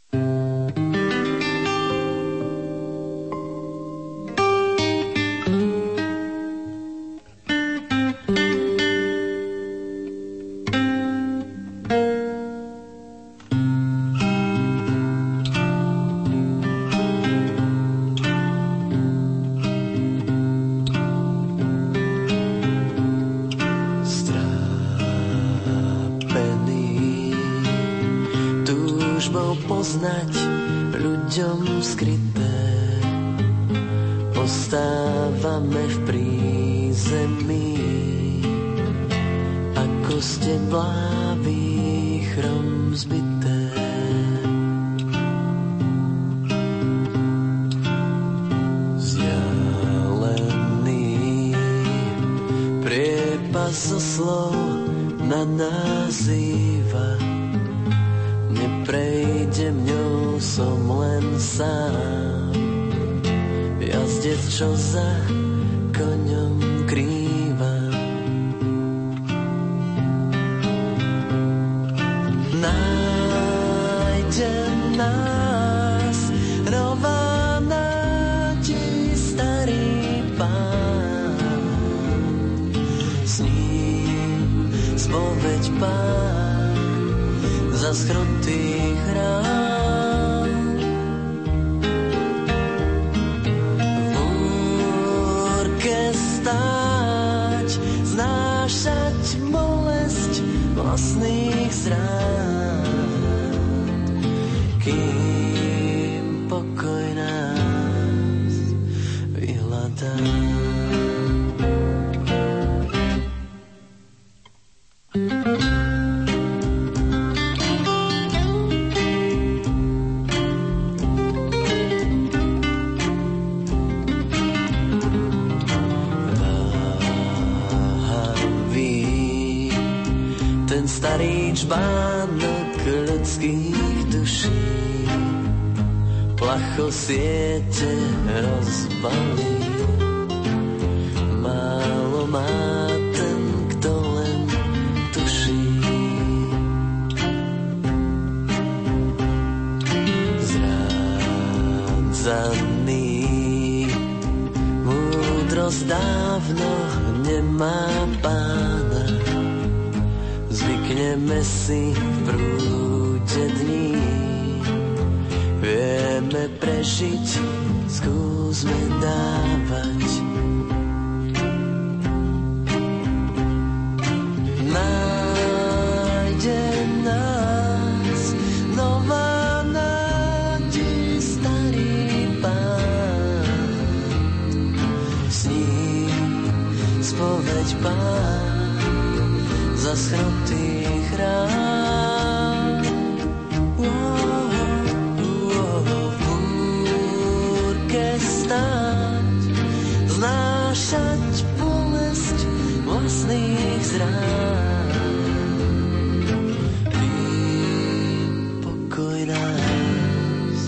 Poznať ľuďom skryté, ostávame v prízemí, ako steblá výchrom zbité. Vzdialený priepas zo slov na nazýva. Neprejdem ňou, som len sám, jazdec, čo za koňom krýva. Nájde nás nová nádej, starý pán, s ním spoveď pán za schrotý chrám. V úrke stáť, znášať bolesť vlastných zrán, kým pokoj nás vyhľadá. Starý čbánok ľudských duší placho siete rozbalí. Málo má ten, kto len tuší. Zrádzaný múdrosť dávno nemá pána. Zvykneme si v prúde dní, vieme prežiť, skúsme dávať. Nájde nás nová nádej, starý pán, s ním spoveď pán za schrotý chrám. Oh, oh, v úrke stáť, znášať bolesť vlastných zrán, kým pokoj nás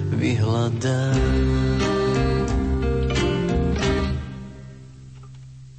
vyhľadá. Je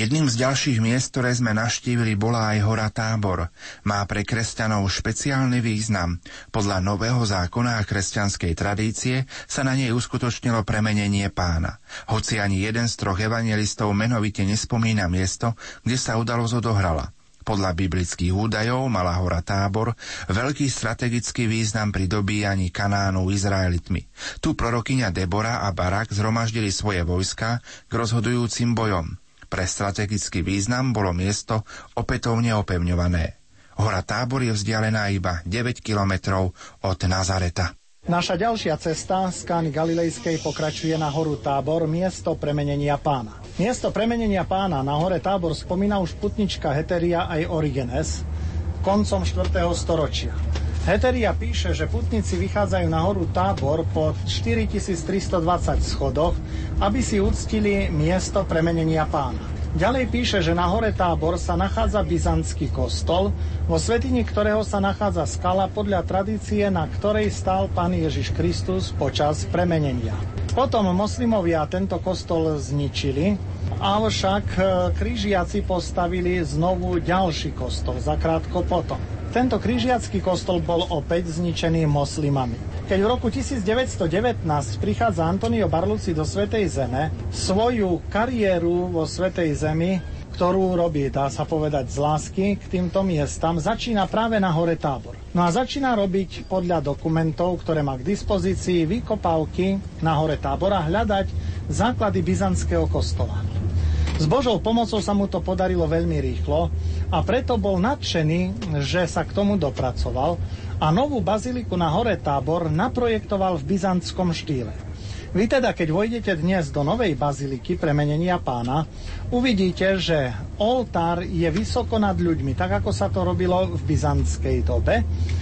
Jedným z ďalších miest, ktoré sme navštívili, bola aj hora Tábor. Má pre kresťanov špeciálny význam. Podľa Nového zákona a kresťanskej tradície sa na nej uskutočnilo premenenie Pána. Hoci ani jeden z troch evanjelistov menovite nespomína miesto, kde sa udalosť odohrala. Podľa biblických údajov mala hora Tábor veľký strategický význam pri dobíjaní Kanánu Izraelitmi. Tu prorokyňa Debora a Barak zhromaždili svoje vojska k rozhodujúcim bojom. Pre strategický význam bolo miesto opätovne opevňované. Hora Tábor je vzdialená iba deväť kilometrov od Nazareta. Naša ďalšia cesta z Kány Galilejskej pokračuje na horu Tábor, miesto premenenia Pána. Miesto premenenia Pána na hore Tábor spomína už putnička Heteria aj Origenes koncom štvrtého storočia. Heteria píše, že putníci vychádzajú na horu Tábor po štyritisíctristodvadsať schodoch, aby si uctili miesto premenenia Pána. Ďalej píše, že na hore Tábor sa nachádza byzantský kostol, vo svätyni ktorého sa nachádza skala podľa tradície, na ktorej stál Pán Ježiš Kristus počas premenenia. Potom moslimovia tento kostol zničili, avšak krížiaci postavili znovu ďalší kostol zakrátko potom. Tento krížiacky kostol bol opäť zničený moslimami. Keď v roku tisícdeväťstodevätnásť prichádza Antonio Barlucci do Svätej Zeme, svoju kariéru vo Svätej Zemi, ktorú robí, dá sa povedať, z lásky k týmto miestam, začína práve na hore Tábor. No a začína robiť podľa dokumentov, ktoré má k dispozícii, vykopávky na hore Tábor a hľadať základy byzantského kostola. S Božou pomocou sa mu to podarilo veľmi rýchlo a preto bol nadšený, že sa k tomu dopracoval a novú baziliku na hore Tábor naprojektoval v byzantskom štýle. Vy teda, keď vojdete dnes do novej baziliky premenenia Pána, uvidíte, že oltár je vysoko nad ľuďmi, tak ako sa to robilo v byzantskej dobe.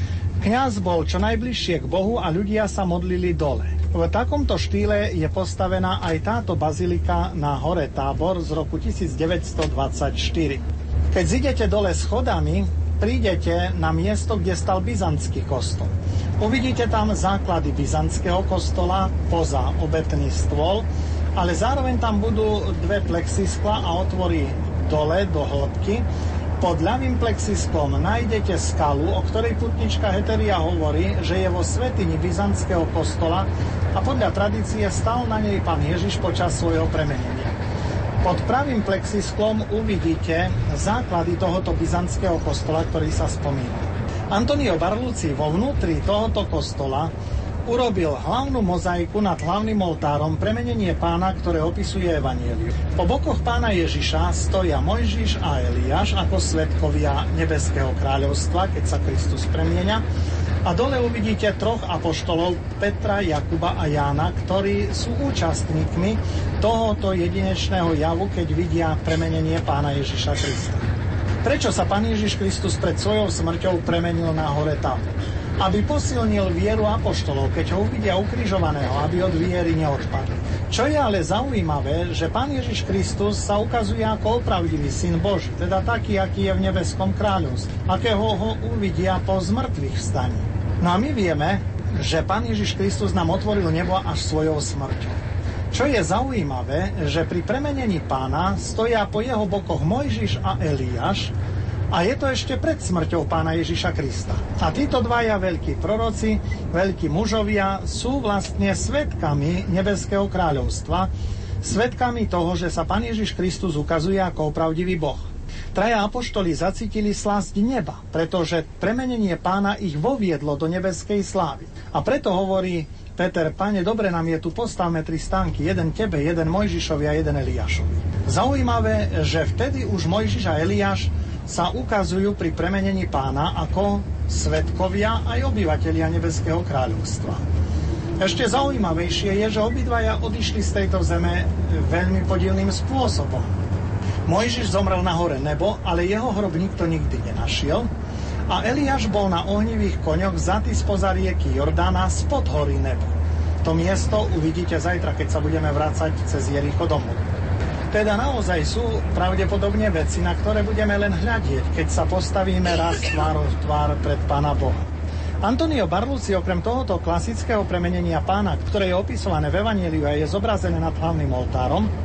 Kňaz bol čo najbližšie k Bohu a ľudia sa modlili dole. V takomto štýle je postavená aj táto bazilika na hore Tábor z roku tisícdeväťstodvadsaťštyri. Keď zidete dole schodami, prídete na miesto, kde stal byzantský kostol. Uvidíte tam základy byzantského kostola, poza obetný stôl, ale zároveň tam budú dve plexiskla a otvory dole do hĺbky. Pod ľavým plexisklom nájdete skalu, o ktorej putnička Heteria hovorí, že je vo svätyni byzantského kostola a podľa tradície stal na nej Pán Ježiš počas svojho premenenia. Pod pravým plexisklom uvidíte základy tohoto byzantského kostola, ktorý sa spomína. Antonio Barlucci vo vnútri tohoto kostola urobil hlavnú mozaiku nad hlavným oltárom premenenie Pána, ktoré opisuje Evanjelium. Po bokoch Pána Ježiša stoja Mojžiš a Eliáš ako svedkovia nebeského kráľovstva, keď sa Kristus premieňa. A dole uvidíte troch apoštolov Petra, Jakuba a Jána, ktorí sú účastníkmi tohoto jedinečného javu, keď vidia premenenie Pána Ježiša Krista. Prečo sa Pán Ježiš Kristus pred svojou smrťou premenil na hore Tábor? Aby posilnil vieru apoštolov, keď ho uvidia ukrižovaného, aby od viery neodpadli. Čo je ale zaujímavé, že Pán Ježiš Kristus sa ukazuje ako opravdivý Syn Boží, teda taký, aký je v nebeskom kráľovstve, akého ho uvidia po zmrtvých vstaní. No a my vieme, že Pán Ježiš Kristus nám otvoril nebo až svojou smrťou. Čo je zaujímavé, že pri premenení Pána stoja po jeho bokoch Mojžiš a Eliáš, a je to ešte pred smrťou Pána Ježiša Krista. A títo dvaja veľkí proroci, veľkí mužovia sú vlastne svedkami nebeského kráľovstva, svedkami toho, že sa Pán Ježiš Kristus ukazuje ako opravdivý Boh. Traja apoštoli zacítili slásť neba, pretože premenenie Pána ich voviedlo do nebeskej slávy. A preto hovorí Peter: Pane, dobre nám je tu, postavme tri stánky, jeden tebe, jeden Mojžišovi a jeden Eliášovi. Zaujímavé, že vtedy už Mojžiš a Eliáš sa ukazujú pri premenení Pána ako svedkovia aj obyvatelia nebeského kráľovstva. Ešte zaujímavejšie je, že obidvaja odišli z tejto zeme veľmi podivným spôsobom. Mojžiš zomrel na hore nebo, ale jeho hrob nikto nikdy nenašiel, a Eliáš bol na ohnivých koňoch vzatý spoza rieky Jordána spod hory nebo. To miesto uvidíte zajtra, keď sa budeme vracať cez Jericho domov. Teda naozaj sú pravdepodobne veci, na ktoré budeme len hľadieť, keď sa postavíme raz tvárou v tvár pred Pána Boha. Antonio Barlucci okrem tohoto klasického premenenia Pána, ktoré je opisované v Evanjeliu a je zobrazené nad hlavným oltárom,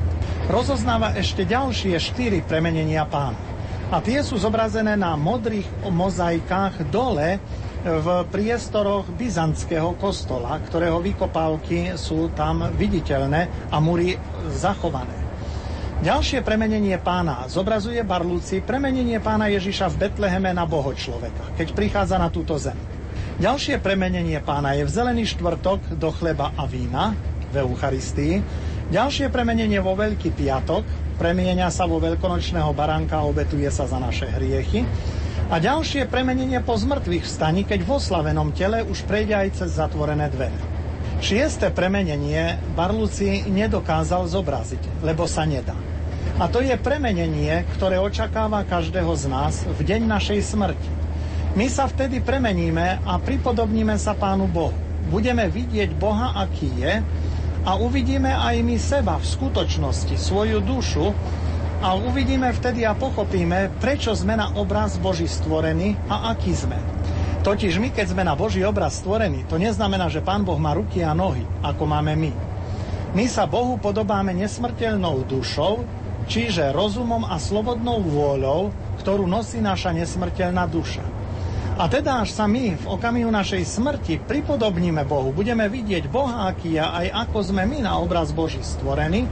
rozoznáva ešte ďalšie štyri premenenia Pána. A tie sú zobrazené na modrých mozaikách dole v priestoroch byzantského kostola, ktorého vykopávky sú tam viditeľné a múry zachované. Ďalšie premenenie Pána zobrazuje Barlúci premenenie Pána Ježiša v Betleheme na bohočloveka, keď prichádza na túto zem. Ďalšie premenenie Pána je v Zelený štvrtok do chleba a vína v Eucharistii. Ďalšie premenenie vo Veľký piatok, premienia sa vo veľkonočného baránka a obetuje sa za naše hriechy. A ďalšie premenenie po zmrtvých vstaní, keď v oslavenom tele už prejde aj cez zatvorené dvere. Šieste premenenie Barlúci nedokázal zobraziť, lebo sa nedá. A to je premenenie, ktoré očakáva každého z nás v deň našej smrti. My sa vtedy premeníme a pripodobníme sa Pánu Bohu. Budeme vidieť Boha, aký je, a uvidíme aj my seba v skutočnosti, svoju dušu, a uvidíme vtedy a pochopíme, prečo sme na obraz Boží stvorení a aký sme. Totiž my, keď sme na Boží obraz stvorení, to neznamená, že Pán Boh má ruky a nohy, ako máme my. My sa Bohu podobáme nesmrteľnou dušou, čiže rozumom a slobodnou vôľou, ktorú nosí naša nesmrteľná duša. A teda až sa my v okamihu našej smrti pripodobníme Bohu, budeme vidieť Boha, aký je, aj ako sme my na obraz Boží stvorení,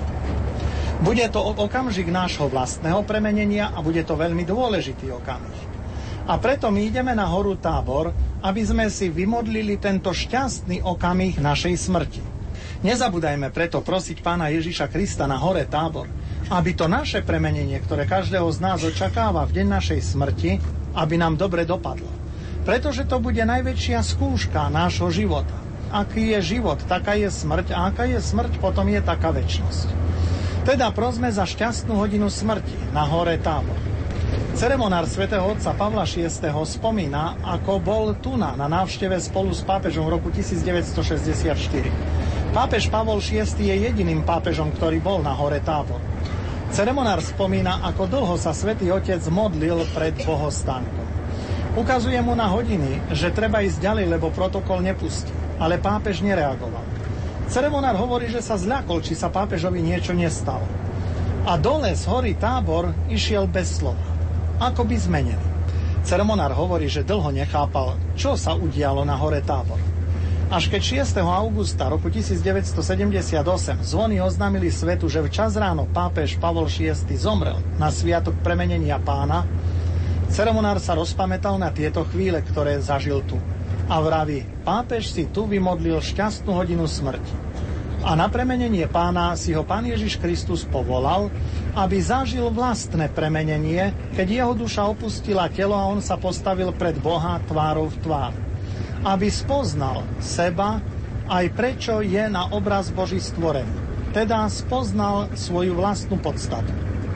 bude to okamžik nášho vlastného premenenia a bude to veľmi dôležitý okamih. A preto my ideme na horu Tábor, aby sme si vymodlili tento šťastný okamih našej smrti. Nezabúdajme preto prosiť Pána Ježiša Krista na hore Tábor, aby to naše premenenie, ktoré každého z nás očakáva v deň našej smrti, aby nám dobre dopadlo. Pretože to bude najväčšia skúška nášho života. Aký je život, taká je smrť, a aká je smrť, potom je taká večnosť. Teda prosme za šťastnú hodinu smrti na hore Tábor. Ceremonár svätého otca Pavla šiesteho spomína, ako bol tu na, na návšteve spolu s pápežom v roku tisícdeväťstošesťdesiatštyri. Pápež Pavol šiesty je jediným pápežom, ktorý bol na hore Tábor. Ceremonár spomína, ako dlho sa svätý Otec modlil pred bohostánkom. Ukazuje mu na hodiny, že treba ísť ďalej, lebo protokol nepustí, ale pápež nereagoval. Ceremonár hovorí, že sa zľakol, či sa pápežovi niečo nestalo. A dole z hory Tábor išiel bez slova, ako by zmenený. Ceremonár hovorí, že dlho nechápal, čo sa udialo na hore Tábor. Až keď šiesteho augusta roku tisícdeväťstosedemdesiatosem zvony oznámili svetu, že včas ráno pápež Pavol šiesty zomrel na sviatok premenenia Pána, ceremonár sa rozpamätal na tieto chvíle, ktoré zažil tu. A vraví, pápež si tu vymodlil šťastnú hodinu smrti. A na premenenie Pána si ho Pán Ježiš Kristus povolal, aby zažil vlastné premenenie, keď jeho duša opustila telo a on sa postavil pred Boha tvárou v tvár. Aby spoznal seba, aj prečo je na obraz Boží stvorený. Teda spoznal svoju vlastnú podstatu.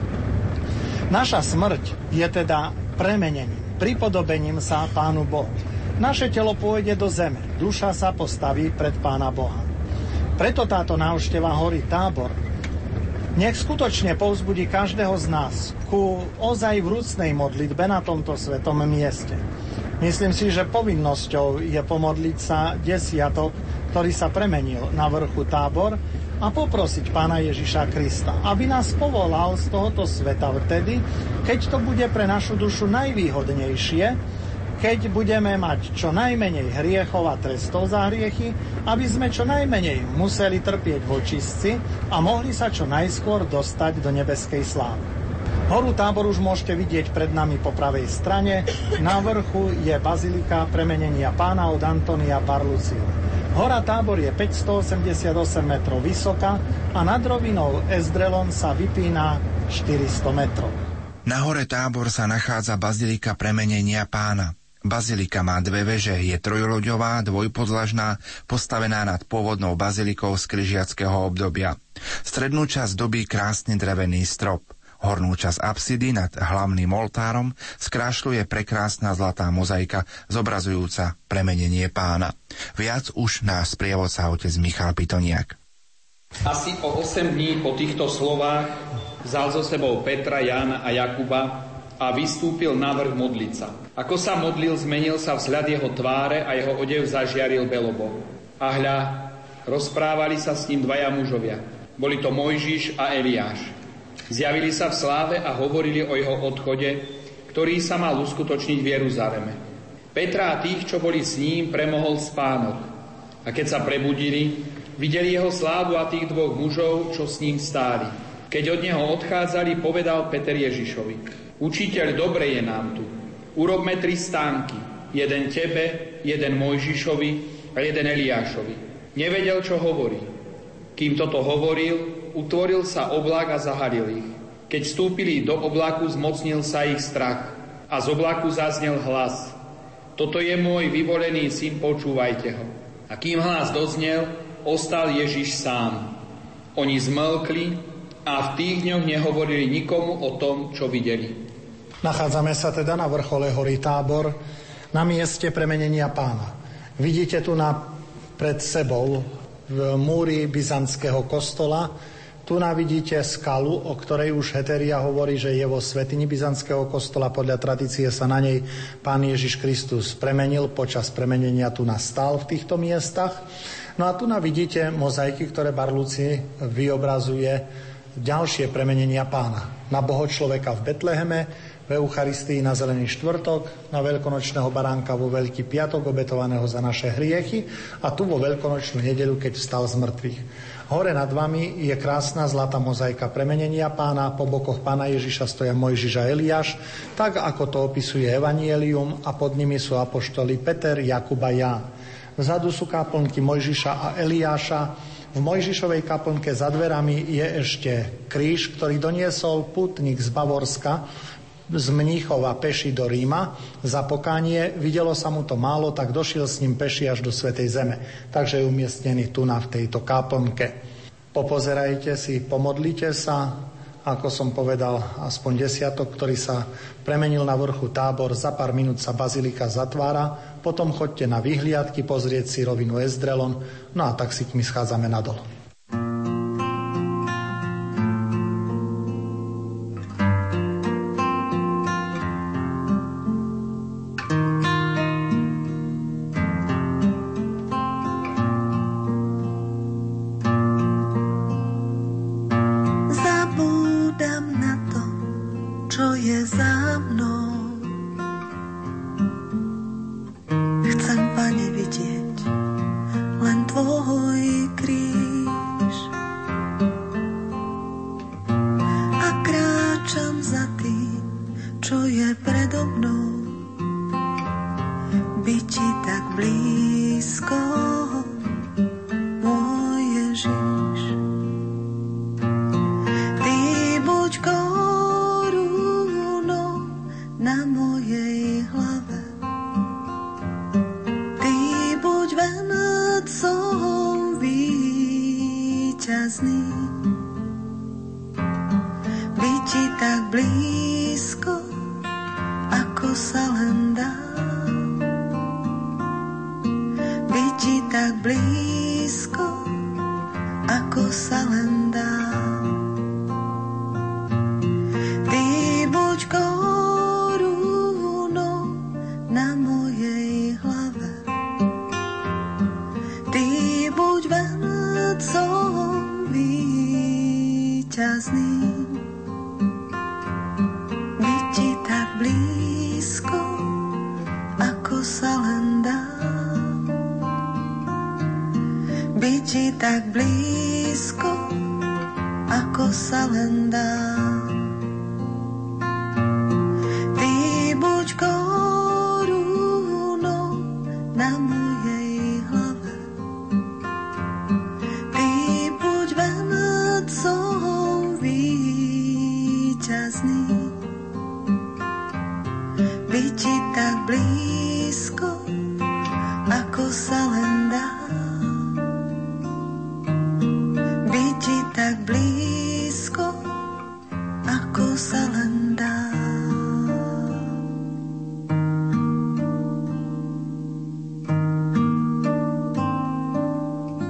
Naša smrť je teda premenením, pripodobením sa Pánu Bohu. Naše telo pôjde do zeme, duša sa postaví pred Pána Boha. Preto táto návšteva hory Tábor nech skutočne povzbudí každého z nás ku ozaj vrúcnej modlitbe na tomto svetom mieste. Myslím si, že povinnosťou je pomodliť sa desiatok, ktorý sa premenil na vrchu Tábor, a poprosiť Pána Ježiša Krista, aby nás povolal z tohoto sveta vtedy, keď to bude pre našu dušu najvýhodnejšie, keď budeme mať čo najmenej hriechov a trestov za hriechy, aby sme čo najmenej museli trpieť v očistci a mohli sa čo najskôr dostať do nebeskej slávy. Horu Tábor už môžete vidieť pred nami po pravej strane. Na vrchu je bazilika premenenia Pána od Antonia Barluciho. Hora Tábor je päťstoosemdesiatosem metrov vysoká a nad rovinou Esdrelon sa vypína štyristo metrov. Na hore Tábor sa nachádza bazilika premenenia Pána. Bazilika má dve veže, je trojloďová, dvojpodlažná, postavená nad pôvodnou bazilikou z križiackého obdobia. Strednú časť dobí krásny drevený strop. Hornú časť apsidy nad hlavným oltárom skrášľuje prekrásna zlatá mozaika zobrazujúca premenenie Pána. Viac už náš sprievodca otec Michal Pitoniak. Asi o osem dní po týchto slovách vzal so sebou Petra, Jána a Jakuba a vystúpil na vrch modliť sa. Ako sa modlil, zmenil sa vzhľad jeho tváre a jeho odev zažiaril belobou. A hľa, rozprávali sa s ním dvaja mužovia. Boli to Mojžiš a Eliáš. Zjavili sa v sláve a hovorili o jeho odchode, ktorý sa mal uskutočniť v Jeruzaleme. Petra a tých, čo boli s ním, premohol spánok. A keď sa prebudili, videli jeho slávu a tých dvoch mužov, čo s ním stáli. Keď od neho odchádzali, povedal Peter Ježišovi: Učiteľ, dobre je nám tu. Urobme tri stánky. Jeden tebe, jeden Mojžišovi a jeden Eliášovi. Nevedel, čo hovorí. Kým toto hovoril, utvoril sa oblak a zahalil ich. Keď vstúpili do oblaku, zmocnil sa ich strach. A z oblaku zaznel hlas: Toto je môj vyvolený syn, počúvajte ho. A kým hlas doznel, ostal Ježiš sám. Oni zmlkli a v tých dňoch nehovorili nikomu o tom, čo videli. Nachádzame sa teda na vrchole hory Tábor, na mieste premenenia Pána. Vidíte tu na, pred sebou v múri byzantského kostola. Tu vidíte skalu, o ktorej už Hetéria hovorí, že je vo svätyni byzantského kostola. Podľa tradície sa na nej Pán Ježiš Kristus premenil, počas premenenia tu nastal v týchto miestach. No a tu vidíte mozaiky, ktoré Barlúci vyobrazuje ďalšie premenenia Pána. Na bohočloveka v Betleheme, v Eucharistii na Zelený štvrtok, na veľkonočného baránka vo Veľký piatok, obetovaného za naše hriechy, a tu vo veľkonočnú nedeľu, keď vstal z mŕtvych. Hore nad vami je krásna zlatá mozaika premenenia Pána, po bokoch Pána Ježiša stoja Mojžiš a Eliáš, tak ako to opisuje Evangelium, a pod nimi sú apoštoli Peter, Jakub a Ján. Vzadu sú kaplnky Mojžiša a Eliáša. V Mojžišovej kaplnke za dverami je ešte kríž, ktorý doniesol putník z Bavorska, z Mníchova peši do Ríma za pokánie. Videlo sa mu to málo, tak došiel s ním peši až do Svätej Zeme. Takže je umiestnený tu na v tejto kaplnke. Popozerajte si, pomodlite sa, ako som povedal, aspoň desiatok, ktorý sa premenil na vrchu Tábor. Za pár minút sa bazilika zatvára, potom choďte na vyhliadky, pozrieť si rovinu Esdrelon, no a tak si my schádzame nadol.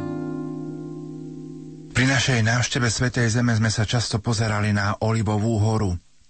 Pri našej návšteve Svätej Zeme sme sa často pozerali na Olivovú horu.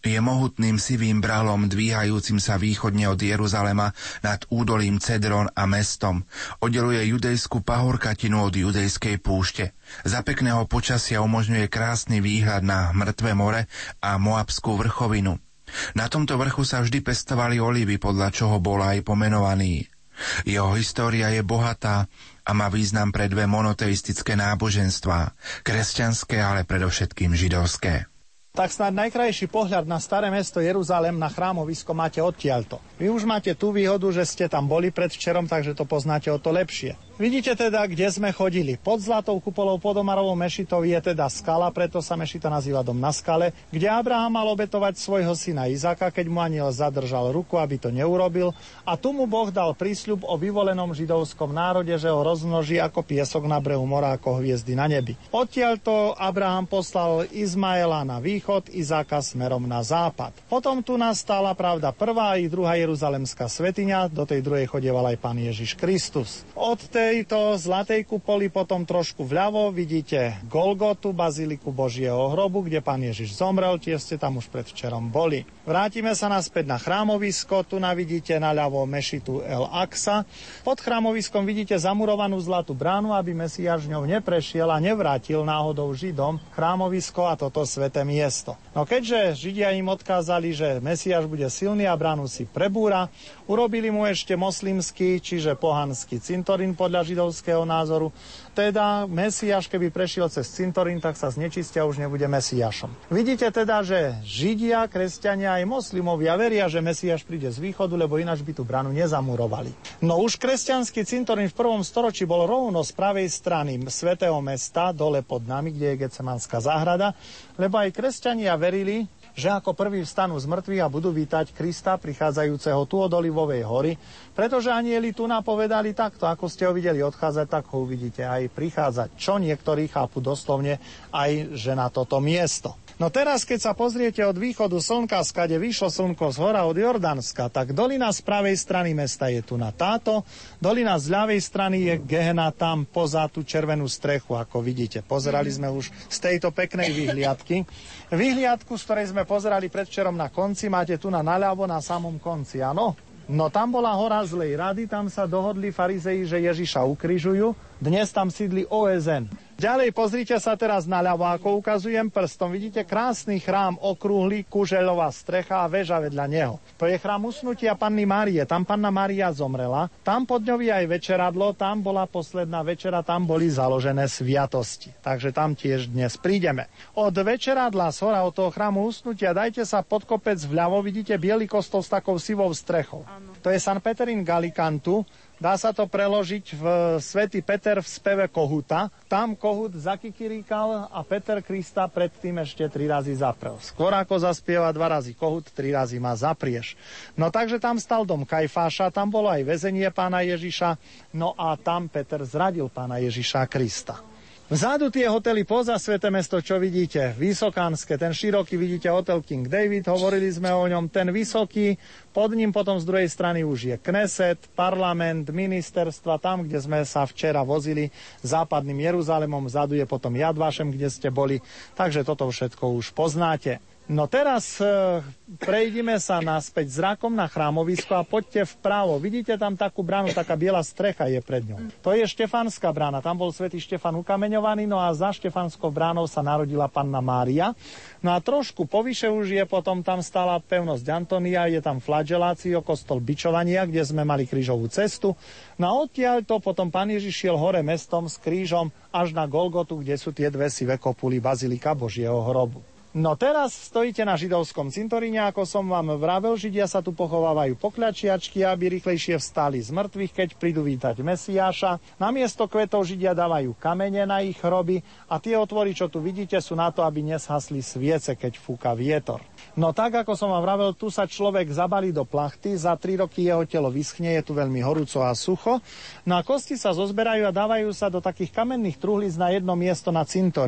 Je mohutným sivým bralom, dvíhajúcim sa východne od Jeruzalema nad údolím Cedron a mestom. Oddeluje judejskú pahorkatinu od judejskej púšte. Za pekného počasia umožňuje krásny výhľad na Mŕtve more a Moabskú vrchovinu. Na tomto vrchu sa vždy pestovali olivy, podľa čoho bol aj pomenovaný. Jeho história je bohatá a má význam pre dve monoteistické náboženstvá, kresťanské, ale predovšetkým židovské. Tak snáď najkrajší pohľad na staré mesto Jeruzalém, na chrámovisko máte odtiaľto. Vy už máte tú výhodu, že ste tam boli predvčerom, takže to poznáte o to lepšie. Vidíte teda, kde sme chodili. Pod zlatou kupolou pod Omarovou mešitou je teda skala, preto sa mešita nazýva Dom na skale, kde Abraham mal obetovať svojho syna Izaka, keď mu anjel zadržal ruku, aby to neurobil. A tu mu Boh dal prísľub o vyvolenom židovskom národe, že ho rozmnoží ako piesok na brehu mora, ako hviezdy na nebi. Odtiaľto Abraham poslal Izmaela na východ, Izáka smerom na západ. Potom tu nastala pravda prvá i druhá jeruzalemská svätyňa, do tej druhej chodieval aj Pán Ježiš Kristus. Od tejto zlatej kupoli potom trošku vľavo vidíte Golgotu, baziliku Božieho hrobu, kde Pán Ježiš zomrel, tiež ste tam už predvčerom boli. Vrátime sa naspäť na chrámovisko, tu navidíte naľavo mešitu El Aqsa. Pod chrámoviskom vidíte zamurovanú zlatú bránu, aby Mesiáš ňou neprešiel a nevrátil náhodou Židom chrámovisko a toto sväté miesto. No keďže Židia im odkázali, že Mesiáš bude silný a bránu si prebúra, urobili mu ešte moslimský, čiže pohanský cintorín podľa židovského názoru. Teda Mesiáš, keby prešiel cez cintorín, tak sa znečistia, už nebude Mesiášom. Vidíte teda, že Židia, kresťania aj moslimovia veria, že Mesiáš príde z východu, lebo ináč by tú bránu nezamurovali. No už kresťanský cintorín v prvom storočí bol rovno z pravej strany svätého mesta, dole pod nami, kde je Getsemanská záhrada, lebo aj kresťania verili, že ako prvý vstanú z mŕtvych a budú vítať Krista prichádzajúceho tu od Olivovej hory, pretože anjeli tu napovedali takto, ako ste ho videli odchádzať, tak ho uvidíte aj prichádzať, čo niektorí chápu doslovne aj, že na toto miesto. No teraz, keď sa pozriete od východu slnka, skade vyšlo slnko z hora od Jordánska, tak dolina z pravej strany mesta je tu na táto, dolina z ľavej strany je Gehena tam poza tú červenú strechu, ako vidíte. Pozerali sme už z tejto peknej vyhliadky. Vyhliadku, z ktorej sme pozerali predvčerom na konci, máte tu na naľavo na samom konci, áno? No tam bola hora zlej rady, tam sa dohodli farizei, že Ježiša ukrižujú, dnes tam sídli ó es en. Ďalej pozrite sa teraz naľavo, ako ukazujem prstom. Vidíte krásny chrám, okrúhly, kužeľová strecha a väža vedľa neho. To je chrám usnutia Panny Márie. Tam Panna Mária zomrela. Tam pod ňou je aj večeradlo, tam bola posledná večera, tam boli založené sviatosti. Takže tam tiež dnes prídeme. Od večeradla z hora, od toho chrámu usnutia, dajte sa pod kopec vľavo, vidíte biely kostol s takou sivou strechou. Ano. To je San Peterín Galikantu. Dá sa to preložiť v Svätý Peter v speve Kohuta. Tam Kohut zakikiríkal a Peter Krista predtým ešte tri razy zaprel. Skôr ako zaspieva dva razy Kohut, tri razy ma zaprieš. No takže tam stal dom Kajfáša, tam bolo aj väzenie Pána Ježiša, no a tam Peter zradil Pána Ježiša Krista. Vzadu tie hotely poza Sväté mesto, čo vidíte, Vysokánske, ten široký vidíte hotel King David, hovorili sme o ňom, ten vysoký, pod ním potom z druhej strany už je Kneset, parlament, ministerstva, tam, kde sme sa včera vozili západným Jeruzalemom, vzadu je potom Yad Vashem, kde ste boli, takže toto všetko už poznáte. No teraz e, prejdime sa naspäť zrakom na chrámovisko a poďte vpravo. Vidíte tam takú bránu, taká biela strecha je pred ňou. To je Štefánska brána, tam bol svätý Štefan ukameňovaný, no a za Štefánskou bránou sa narodila Panna Mária. No a trošku povyše už je potom tam stála pevnosť Antonia, je tam flagelácio, kostol bičovania, kde sme mali krížovú cestu. No a odtiaľto potom Pán Ježiš šiel hore mestom s krížom až na Golgotu, kde sú tie dve sivé kopuly bazilika Božieho hrobu. No teraz stojíte na židovskom cintoríne, ako som vám vravel, Židia sa tu pochovávajú pokľačiačky, aby rýchlejšie vstali z mŕtvych, keď prídu vítať Mesiáša. Namiesto kvetov Židia dávajú kamene na ich hroby a tie otvory, čo tu vidíte, sú na to, aby neshasli sviece, keď fúka vietor. No tak, ako som vám vravel, tu sa človek zabalí do plachty, za tri roky jeho telo vyschne, je tu veľmi horúco a sucho. No a kosti sa zozberajú a dávajú sa do takých kamenných truhlíc na jedno miesto na cintoríne.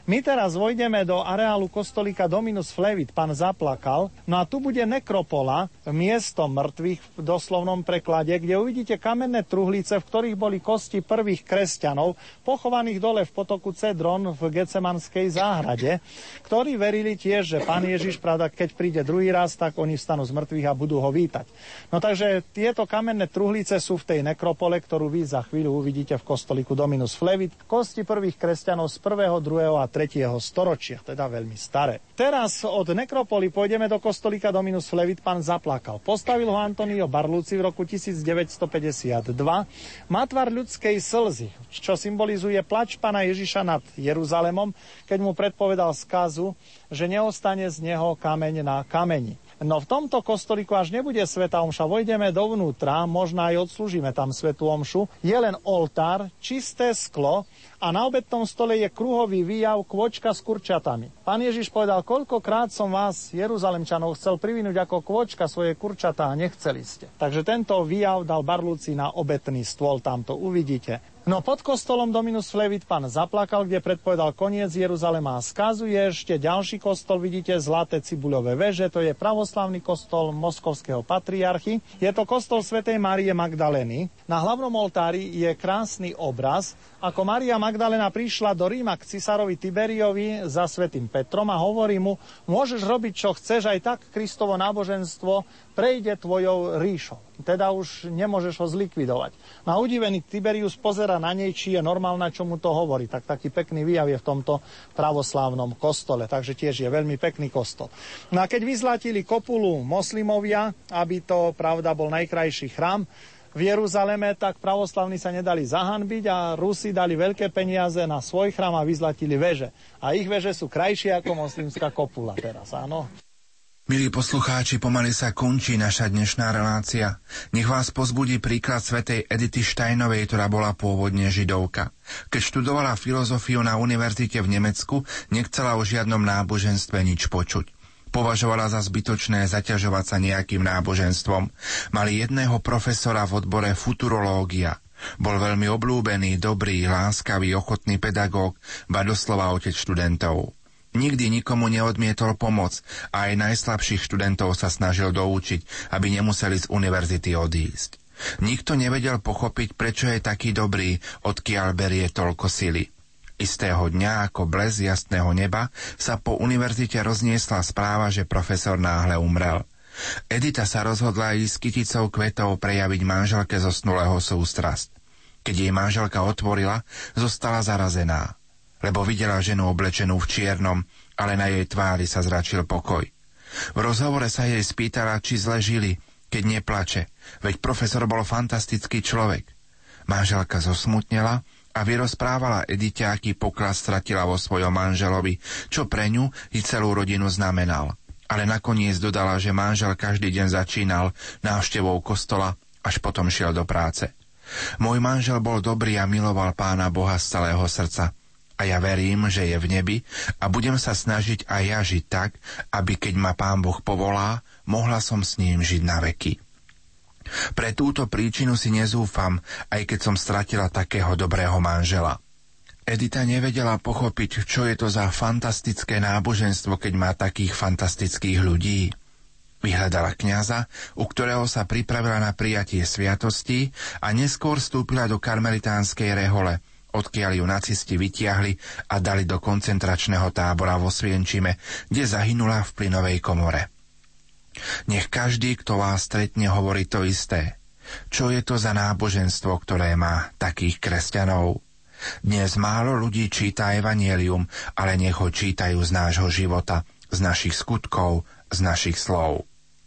My teraz vojdeme do areálu kostolíka Dominus Flevit, Pán zaplakal, no a tu bude nekropola, miesto mŕtvych v doslovnom preklade, kde uvidíte kamenné truhlice, v ktorých boli kosti prvých kresťanov, pochovaných dole v potoku Cedron v Getsemanskej záhrade, ktorí verili tiež, že Pán Ježiš, pravda, keď príde druhý raz, tak oni vstanú z mŕtvych a budú ho vítať. No takže tieto kamenné truhlice sú v tej nekropole, ktorú vy za chvíľu uvidíte v kostolíku Dominus Flevit, kosti prvých kresťanov z prvého, druhého a tretieho storočia, teda veľmi staré. Teraz od nekropoly pôjdeme do kostolíka Dominus Flevit, Pán zaplakal. Postavil ho Antonio Barluzzi v roku tisícdeväťstopäťdesiatdva. Má tvar ľudskej slzy, čo symbolizuje plač Pána Ježiša nad Jeruzalemom, keď mu predpovedal skazu, že neostane z neho kameň na kameni. No v tomto kostolíku až nebude svätá omša, vojdeme dovnútra, možno aj odslúžime tam svätú omšu. Je len oltár, čisté sklo a na obetnom stole je kruhový výjav kôčka s kurčatami. Pán Ježiš povedal, koľkokrát som vás, Jeruzalemčanov, chcel privinúť ako kôčka svoje kurčatá a nechceli ste. Takže tento výjav dal Barluzzi na obetný stôl, tam to uvidíte. No pod kostolom Dominus Flevit Pán zaplakal, kde predpovedal koniec Jeruzalema a skazuje ešte ďalší kostol, vidíte, zlaté cibuľové veže, to je pravoslavný kostol moskovského patriarchy. Je to kostol svätej Márie Magdalény. Na hlavnom oltári je krásny obraz, ako Mária Magdalena prišla do Ríma k cisárovi Tiberiovi za svätým Petrom a hovorí mu, môžeš robiť, čo chceš, aj tak Kristovo náboženstvo prejde tvojou ríšou. Teda už nemôžeš ho zlikvidovať. No a udivený Tiberius pozera na nej, či je normálna, čo mu to hovorí. Tak taký pekný výjav je v tomto pravoslávnom kostole. Takže tiež je veľmi pekný kostol. No a keď vyzlatili kopulu moslimovia, aby to, pravda, bol najkrajší chrám v Jeruzaleme, tak pravoslavní sa nedali zahanbiť a Rusi dali veľké peniaze na svoj chrám a vyzlatili veže. A ich veže sú krajšie ako moslimská kopula teraz, áno. Milí poslucháči, pomaly sa končí naša dnešná relácia. Nech vás pozbudí príklad svätej Edity Steinovej, ktorá bola pôvodne židovka. Keď študovala filozofiu na univerzite v Nemecku, nechcela o žiadnom náboženstve nič počuť. Považovala za zbytočné zaťažovať sa nejakým náboženstvom. Mali jedného profesora v odbore futurológia. Bol veľmi obľúbený, dobrý, láskavý, ochotný pedagóg, ba doslova otec študentov. Nikdy nikomu neodmietol pomoc a aj najslabších študentov sa snažil doučiť, aby nemuseli z univerzity odísť. Nikto nevedel pochopiť, prečo je taký dobrý, odkiaľ berie toľko sily. Istého dňa, ako blesk jasného neba, sa po univerzite rozniesla správa, že profesor náhle umrel. Edita sa rozhodla ísť s kyticou kvetov prejaviť manželke zosnulého sústrasť. Keď jej manželka otvorila, zostala zarazená, lebo videla ženu oblečenú v čiernom, ale na jej tvári sa zračil pokoj. V rozhovore sa jej spýtala, či zle žili, keď neplače, veď profesor bol fantastický človek. Manželka zosmutnela a vyrozprávala Edite, aký poklas stratila vo svojom manželovi, čo pre ňu i celú rodinu znamenal. Ale nakoniec dodala, že manžel každý deň začínal návštevou kostola, až potom šiel do práce. Môj manžel bol dobrý a miloval Pána Boha z celého srdca. A ja verím, že je v nebi a budem sa snažiť aj ja žiť tak, aby keď ma Pán Boh povolá, mohla som s ním žiť na veky. Pre túto príčinu si nezúfam, aj keď som stratila takého dobrého manžela. Edita nevedela pochopiť, čo je to za fantastické náboženstvo, keď má takých fantastických ľudí. Vyhľadala kňaza, u ktorého sa pripravila na prijatie sviatostí a neskôr vstúpila do karmelitánskej rehole, odkiaľ ju nacisti vytiahli a dali do koncentračného tábora vo Svienčime, kde zahynula v plynovej komore. Nech každý, kto vás stretne, hovorí to isté. Čo je to za náboženstvo, ktoré má takých kresťanov? Dnes málo ľudí číta evanjelium, ale nech ho čítajú z nášho života, z našich skutkov, z našich slov.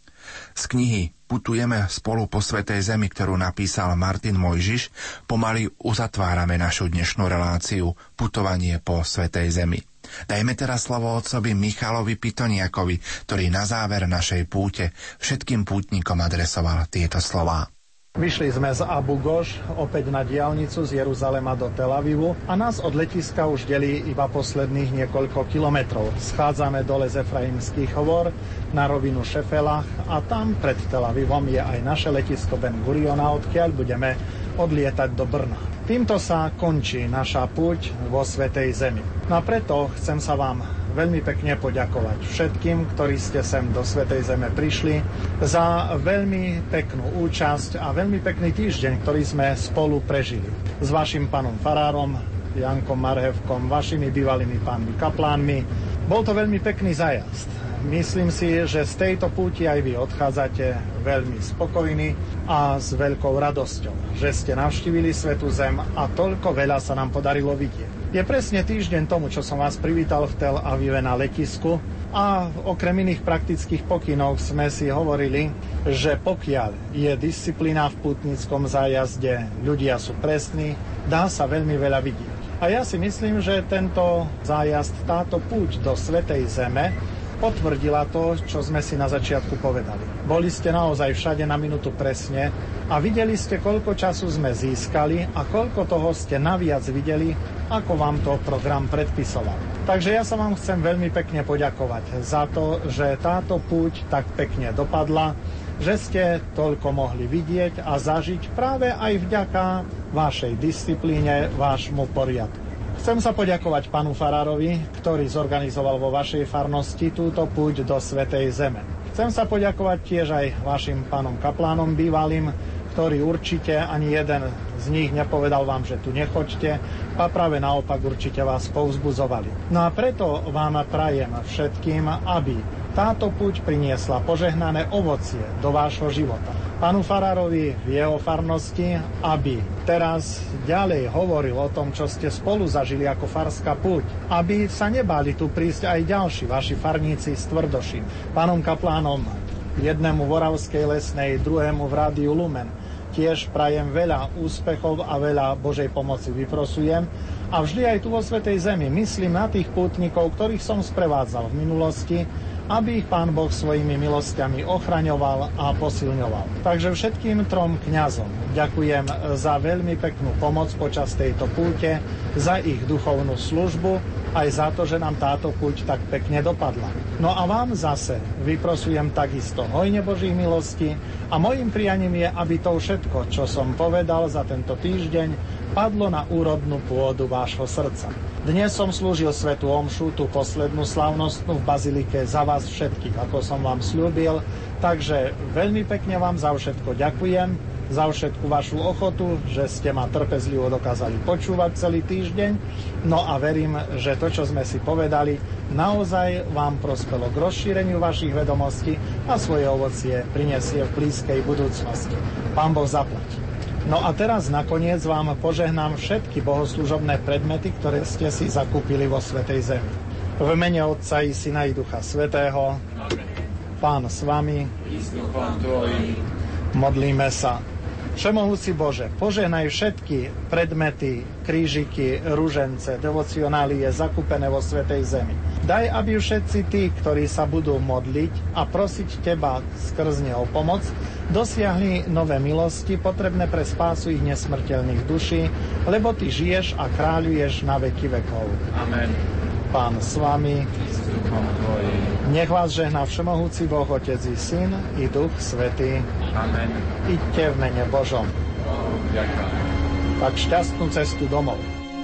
Z knihy Putujeme spolu po Svätej Zemi, ktorú napísal Martin Mojžiš, pomaly uzatvárame našu dnešnú reláciu Putovanie po Svätej Zemi. Dajme teraz slovo otcovi Michalovi Pitoniakovi, ktorý na záver našej púte všetkým pútnikom adresoval tieto slová. Vyšli sme z Abu Goš opäť na diaľnicu z Jeruzalema do Tel Avivu a nás od letiska už delí iba posledných niekoľko kilometrov. Schádzame dole z Efraimských hôr na rovinu Šefelach a tam pred Tel Avivom je aj naše letisko Ben Guriona, odkiaľ budeme odlietať do Brna. Týmto sa končí naša púť vo Svätej Zemi. No a preto chcem sa vám veľmi pekne poďakovať všetkým, ktorí ste sem do Svätej Zeme prišli, za veľmi peknú účasť a veľmi pekný týždeň, ktorý sme spolu prežili. S vašim pánom farárom, Jankom Marhevkom, vašimi bývalými pánmi kaplánmi. Bol to veľmi pekný zájazd. Myslím si, že z tejto púti aj vy odchádzate veľmi spokojní a s veľkou radosťou, že ste navštívili Svätú Zem a toľko veľa sa nám podarilo vidieť. Je presne týždeň tomu, čo som vás privítal v Tel Avive na letisku a okrem iných praktických pokynov sme si hovorili, že pokiaľ je disciplína v pútnickom zájazde, ľudia sú presní, dá sa veľmi veľa vidieť. A ja si myslím, že tento zájazd, táto púť do Svätej Zeme potvrdila to, čo sme si na začiatku povedali. Boli ste naozaj všade na minútu presne a videli ste, koľko času sme získali a koľko toho ste naviac videli, ako vám to program predpisoval. Takže ja sa vám chcem veľmi pekne poďakovať za to, že táto púť tak pekne dopadla, že ste toľko mohli vidieť a zažiť práve aj vďaka vašej disciplíne, vášmu poriadku. Chcem sa poďakovať panu farárovi, ktorý zorganizoval vo vašej farnosti túto púť do Svätej Zeme. Chcem sa poďakovať tiež aj vašim pánom kaplánom bývalým, ktorí určite ani jeden z nich nepovedal vám, že tu nechoďte, a práve naopak určite vás povzbudzovali. No a preto vám prajem všetkým, aby táto púť priniesla požehnané ovocie do vášho života. Pánu farárovi v jeho farnosti, aby teraz ďalej hovoril o tom, čo ste spolu zažili ako farská púť. Aby sa nebáli tu prísť aj ďalší vaši farníci z Tvrdošín. Pánom kaplánom, jednému v Oravskej Lesnej, druhému v Rádiu Lumen, tiež prajem veľa úspechov a veľa Božej pomoci vyprosujem. A vždy aj tu vo Svätej Zemi myslím na tých pútnikov, ktorých som sprevádzal v minulosti, aby ich Pán Boh svojimi milosťami ochraňoval a posilňoval. Takže všetkým trom kňazom ďakujem za veľmi peknú pomoc počas tejto púte, za ich duchovnú službu, aj za to, že nám táto púť tak pekne dopadla. No a vám zase vyprosujem takisto hojne Božích milostí a mojím prianím je, aby to všetko, čo som povedal za tento týždeň, padlo na úrodnú pôdu vášho srdca. Dnes som slúžil svätú omšu, tú poslednú slávnostnú v bazilike za vás všetkých, ako som vám sľúbil. Takže veľmi pekne vám za všetko ďakujem, za všetku vašu ochotu, že ste ma trpezlivo dokázali počúvať celý týždeň. No a verím, že to, čo sme si povedali, naozaj vám prospelo k rozšíreniu vašich vedomostí a svoje ovocie prinesie v blízkej budúcnosti. Pán Boh zaplať. No a teraz nakoniec vám požehnám všetky bohoslužobné predmety, ktoré ste si zakúpili vo Svätej Zemi. V mene Otca i Syna i Ducha Svätého. Pán s vami. Modlíme sa. Všemohúci Bože, požehnaj všetky predmety, krížiky, ružence, devocionálie zakúpené vo Svätej Zemi. Daj, aby všetci tí, ktorí sa budú modliť a prosiť Teba skrz ne o pomoc, dosiahli nové milosti potrebné pre spásu ich nesmrteľných duší, lebo Ty žiješ a kráľuješ na veky vekov. Amen. Pán s vami. Nech vás žehná všemohúci Boh, Otec i Syn i Duch Svätý. Amen. Iďte v mene Božom. Ďakujem. Tak šťastnú cestu domov.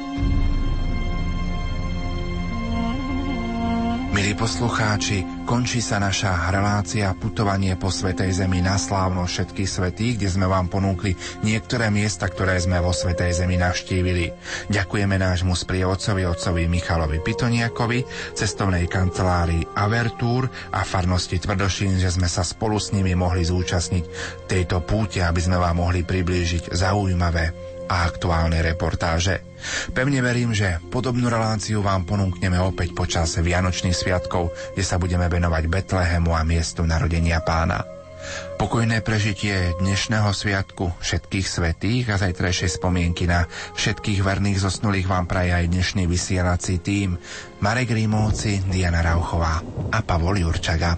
Milí poslucháči, končí sa naša relácia Putovanie po Svätej Zemi na slávnosť všetkých svätých, kde sme vám ponúkli niektoré miesta, ktoré sme vo Svätej Zemi navštívili. Ďakujeme nášmu sprievodcovi otcovi Michalovi Pitoniakovi, cestovnej kancelárii Avertúr a farnosti Tvrdošín, že sme sa spolu s nimi mohli zúčastniť tejto púte, aby sme vám mohli priblížiť zaujímavé a aktuálne reportáže. Pevne verím, že podobnú reláciu vám ponúkneme opäť počas Vianočných sviatkov, kde sa budeme venovať Betlehemu a miestu narodenia Pána. Pokojné prežitie dnešného sviatku všetkých svätých a zajtrajšej spomienky na všetkých verných zosnulých vám praje aj dnešný vysielací tím Marek Rímovci, Diana Rauchová a Pavol Jurčaga.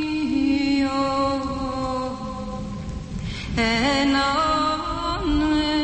And on